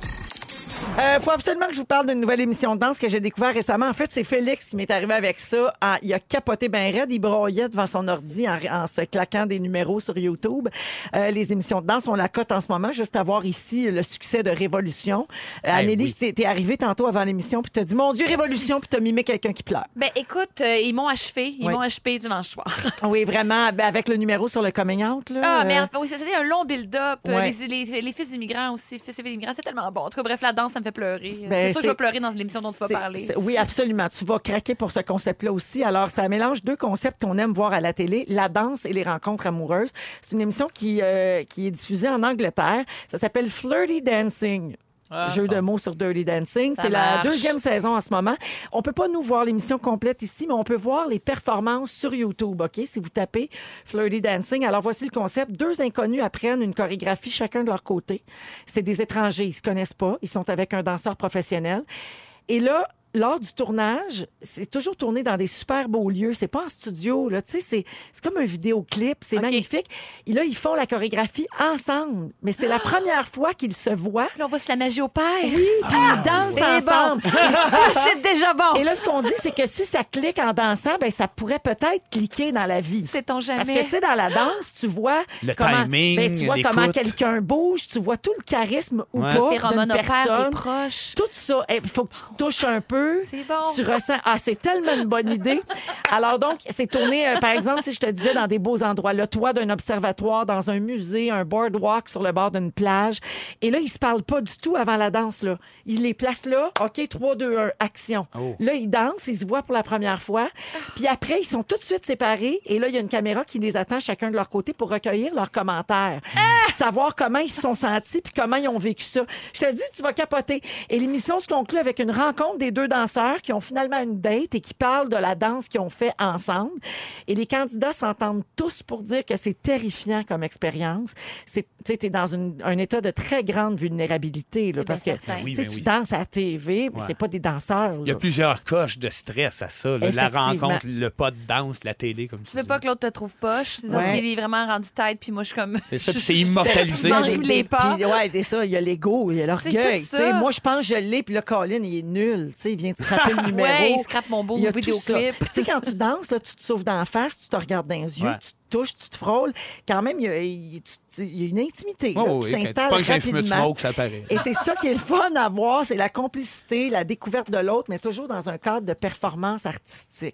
Faut absolument que je vous parle d'une nouvelle émission de danse que j'ai découvert récemment. En fait, c'est Félix qui m'est arrivé avec ça. Il a capoté ben raide. Il broyait devant son ordi en se claquant des numéros sur YouTube. Les émissions de danse, on la cote en ce moment. Juste à voir ici le succès de Révolution. Anneli, t'es arrivée tantôt avant l'émission puis t'as dit « Mon Dieu, Révolution » puis t'as mimé quelqu'un qui pleure. Ben écoute, ils m'ont achevé. Ils m'ont achevé dimanche soir. Oui, vraiment, avec le numéro sur le coming out. Là, Ah, mais oui, c'était un long build-up. Ouais. Les fils d'immigrants aussi. Fils d'immigrants, c'est tellement bon. En tout cas, bref, la danse, ça me fait pleurer. Ben, c'est sûr que je vais pleurer dans l'émission dont tu vas parler. Oui, absolument. Tu vas craquer pour ce concept-là aussi. Alors, ça mélange deux concepts qu'on aime voir à la télé, la danse et les rencontres amoureuses. C'est une émission qui est diffusée en Angleterre. Ça s'appelle Flirty Dancing. Jeu de mots sur Dirty Dancing. Ça C'est la marche. 2e saison en ce moment. On peut pas nous voir l'émission complète ici, mais on peut voir les performances sur YouTube, OK? Si vous tapez Flirty Dancing. Alors, voici le concept. 2 inconnus apprennent une chorégraphie chacun de leur côté. C'est des étrangers. Ils se connaissent pas. Ils sont avec un danseur professionnel. Et là, lors du tournage, c'est toujours tourné dans des super beaux lieux. C'est pas en studio, là. Tu sais, c'est comme un vidéoclip. C'est OK. magnifique. Et là, ils font la chorégraphie ensemble. Mais c'est la première fois qu'ils se voient. Là, on voit la magie au père. Oui, puis ils dansent ensemble. C'est déjà bon. Et là, ce qu'on dit, c'est que si ça clique en dansant, ben ça pourrait peut-être cliquer dans la vie. C'est ton jamais. Parce que, tu sais, dans la danse, tu vois Le comment, timing, tu vois l'écoute. comment quelqu'un bouge, tu vois tout le charisme ou Ouais. pas C'est d'une Ramon Opère, t'es personne. proche. Tout ça, il faut que tu touches un peu. C'est bon. Tu ressens, c'est tellement une bonne idée. Alors donc, c'est tourné, par exemple, si je te disais, dans des beaux endroits, le toit d'un observatoire, dans un musée, un boardwalk sur le bord d'une plage. Et là, ils se parlent pas du tout avant la danse, là. Ils les placent là. OK, 3, 2, 1, action. Oh. Là, ils dansent, ils se voient pour la première fois. Puis après, ils sont tout de suite séparés. Et là, il y a une caméra qui les attend chacun de leur côté pour recueillir leurs commentaires. Puis savoir comment ils se sont sentis puis comment ils ont vécu ça. Je te dis, tu vas capoter. Et l'émission se conclut avec une rencontre des 2 danseurs qui ont finalement une date et qui parlent de la danse qu'ils ont fait ensemble. Et les candidats s'entendent tous pour dire que c'est terrifiant comme expérience. Tu sais, t'es dans un état de très grande vulnérabilité. Là, C'est parce bien que certain. Oui, tu sais, ben tu oui. danses à la TV, mais Ouais. c'est pas des danseurs. Il y a là. plusieurs coches de stress à ça. Là. La Effectivement. rencontre, le pas de danse, la télé, comme tu Tu veux dis. pas que l'autre te trouve poche. C'est Ouais. Il est vraiment rendu tête, puis moi, je suis comme. C'est ça, puis c'est immortalisé. Il manque les pas. Puis, ouais, c'est ça. Il y a l'ego, il y a l'orgueil. C'est Tu tout sais, ça. moi, je pense que je l'ai, puis là, Colin, il est nul. Tu sais, il vient de scraper le numéro. Ouais, il scrape mon beau Il y a tout ça. vidéoclip. Puis, tu sais, quand tu danses, là, tu te souffles d'en face, tu te regardes dans les yeux, Ouais. tu te touches, tu te frôles. Quand même, il y a une intimité là, Oh, qui oui, quand tu s'installe pognes un fumeux de rapidement. smoke, ça paraît. Et c'est ça qui est le fun à voir, c'est la complicité, la découverte de l'autre, mais toujours dans un cadre de performance artistique.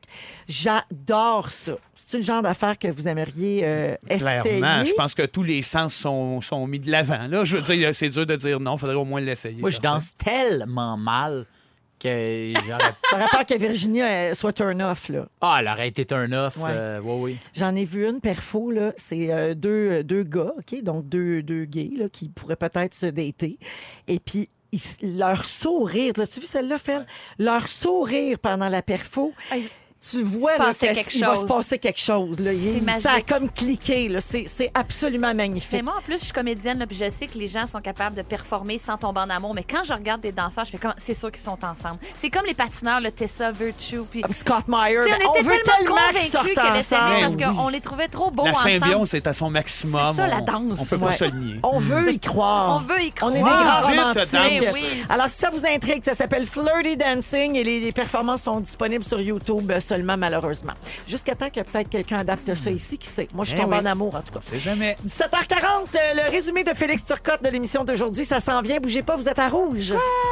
J'adore ça. C'est le genre d'affaire que vous aimeriez essayer. Clairement, je pense que tous les sens sont mis de l'avant. Là, je veux dire, c'est dur de dire non, il faudrait au moins l'essayer. Moi, je certain. danse tellement mal que j'aurais... T'aurais peur que Virginie soit turn-off, là. Ah, elle aurait été turn off. Ouais. Oui. J'en ai vu une perfo, là. C'est deux gars, OK? Donc, deux gays, là, qui pourraient peut-être se dater. Et puis, leur sourire, l'as-tu vu celle-là, Fel? Leur sourire pendant la perfo. Hey, Tu vois se là, passait qu'il quelque va chose. se passer quelque chose. Là. magique. Ça a comme cliqué. Là. C'est absolument magnifique. Mais moi, en plus, je suis comédienne, là, puis je sais que les gens sont capables de performer sans tomber en amour. Mais quand je regarde des danseurs, je fais comme, c'est sûr qu'ils sont ensemble. C'est comme les patineurs, le Tessa, Virtue, puis. Scott Meyer, Tu sais, ben, on était veut tellement tellement qu'ils convaincus sortent qu'elle était ensemble. bien parce Oui. qu'on les trouvait trop beaux La ensemble. symbiose est à son maximum. C'est ça, la danse. On peut pas Ouais. se le nier. On veut y croire. On veut y croire. On est des grands Dites, romantiques. danse. Oui. Alors, si ça vous intrigue, ça s'appelle Flirty Dancing et les performances sont disponibles sur YouTube seulement, malheureusement. Jusqu'à temps que peut-être quelqu'un adapte ça ici, qui sait. Moi, je Eh tombe oui. en amour, en tout cas. C'est jamais. 17h40, le résumé de Félix Turcotte de l'émission d'aujourd'hui, ça s'en vient. Bougez pas, vous êtes à rouge.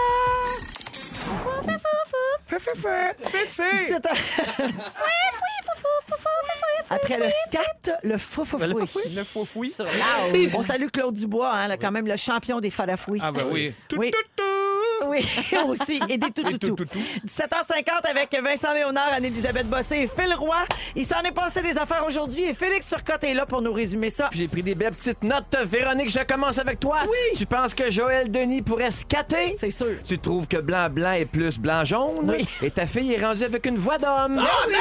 Après le scat, le foufoufouille. Le faux fouille. On salue Claude Dubois, hein, quand même le champion des farafouilles. Ah, ben oui. Oui. Oui, Oui, aussi. Et des tout. 17h50 avec Vincent Léonard, Anne-Élisabeth Bossé et Phil Roy. Il s'en est passé des affaires aujourd'hui et Félix Turcotte est là pour nous résumer ça. J'ai pris des belles petites notes. Véronique, je commence avec toi. Oui. Tu penses que Joël Denis pourrait scatter? C'est sûr. Tu trouves que blanc est plus blanc-jaune? Oui. Et ta fille est rendue avec une voix d'homme.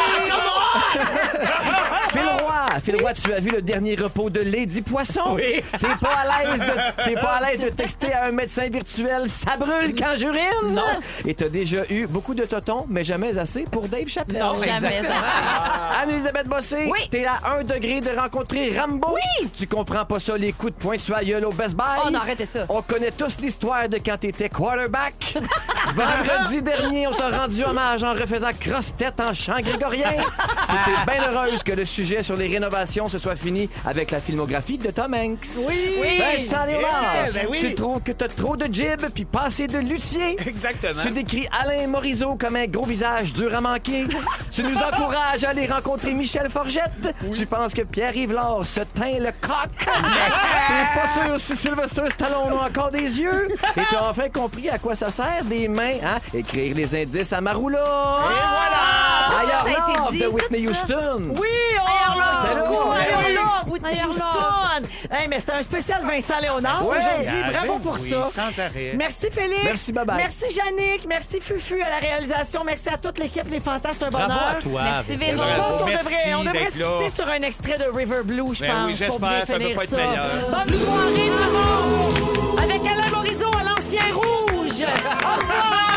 Phil Roy, tu as vu le dernier repos de Lady Poisson? Oui. T'es pas à l'aise de texter à un médecin virtuel, ça brûle quand j'urine? Non. Et t'as déjà eu beaucoup de totons, mais jamais assez pour Dave Chappelle. Non, Jamais. Anne-Élisabeth Bossé, Oui. t'es à 1 degré de rencontrer Rambo. Oui. Tu comprends pas ça, les coups de poing sur la gueule au Best Buy. Oh non, arrêtez ça. On connaît tous l'histoire de quand t'étais quarterback. Vendredi dernier, on t'a rendu hommage en refaisant cross-tête en chant grégorien. Et t'es bien heureuse que le sujet sur les rénovations se soit fini avec la filmographie de Tom Hanks. Oui. Vincent Léonard, ben oui. tu trouves que t'as trop de jib puis pas assez de luthier. Exactement. Tu décris Alain Morisot comme un gros visage dur à manquer. Tu nous encourages à aller rencontrer Michel Forgette. Tu penses que Pierre-Yves Laure se teint le coq. T'es pas sûr si Sylvester Stallone a encore des yeux. Et t'as enfin compris à quoi ça sert des mains, hein? Écrire les indices à Maroula. Et voilà! Ailleurs ça a été Love dit, de tout Whitney ça. Houston. Oui, Ailleurs Love, Whitney Houston. Hey, mais c'était un spécial Vincent Léonard Ouais. aujourd'hui. Bravo pour oui, ça. sans arrêt. Merci Félix. Merci, bye-bye. Merci Yannick. Merci Fufu à la réalisation. Merci à toute l'équipe, les fantasmes. C'est un Bravo bonheur. à toi. Merci, Véro. Je pense qu'on Merci devrait d'être se là. quitter sur un extrait de River Blue, je Ben pense. oui, j'espère, pour bien ça peut finir pas être ça. meilleur. Bonne soirée tout le monde. Avec Alain Morisot à l'Ancien Rouge. Au revoir.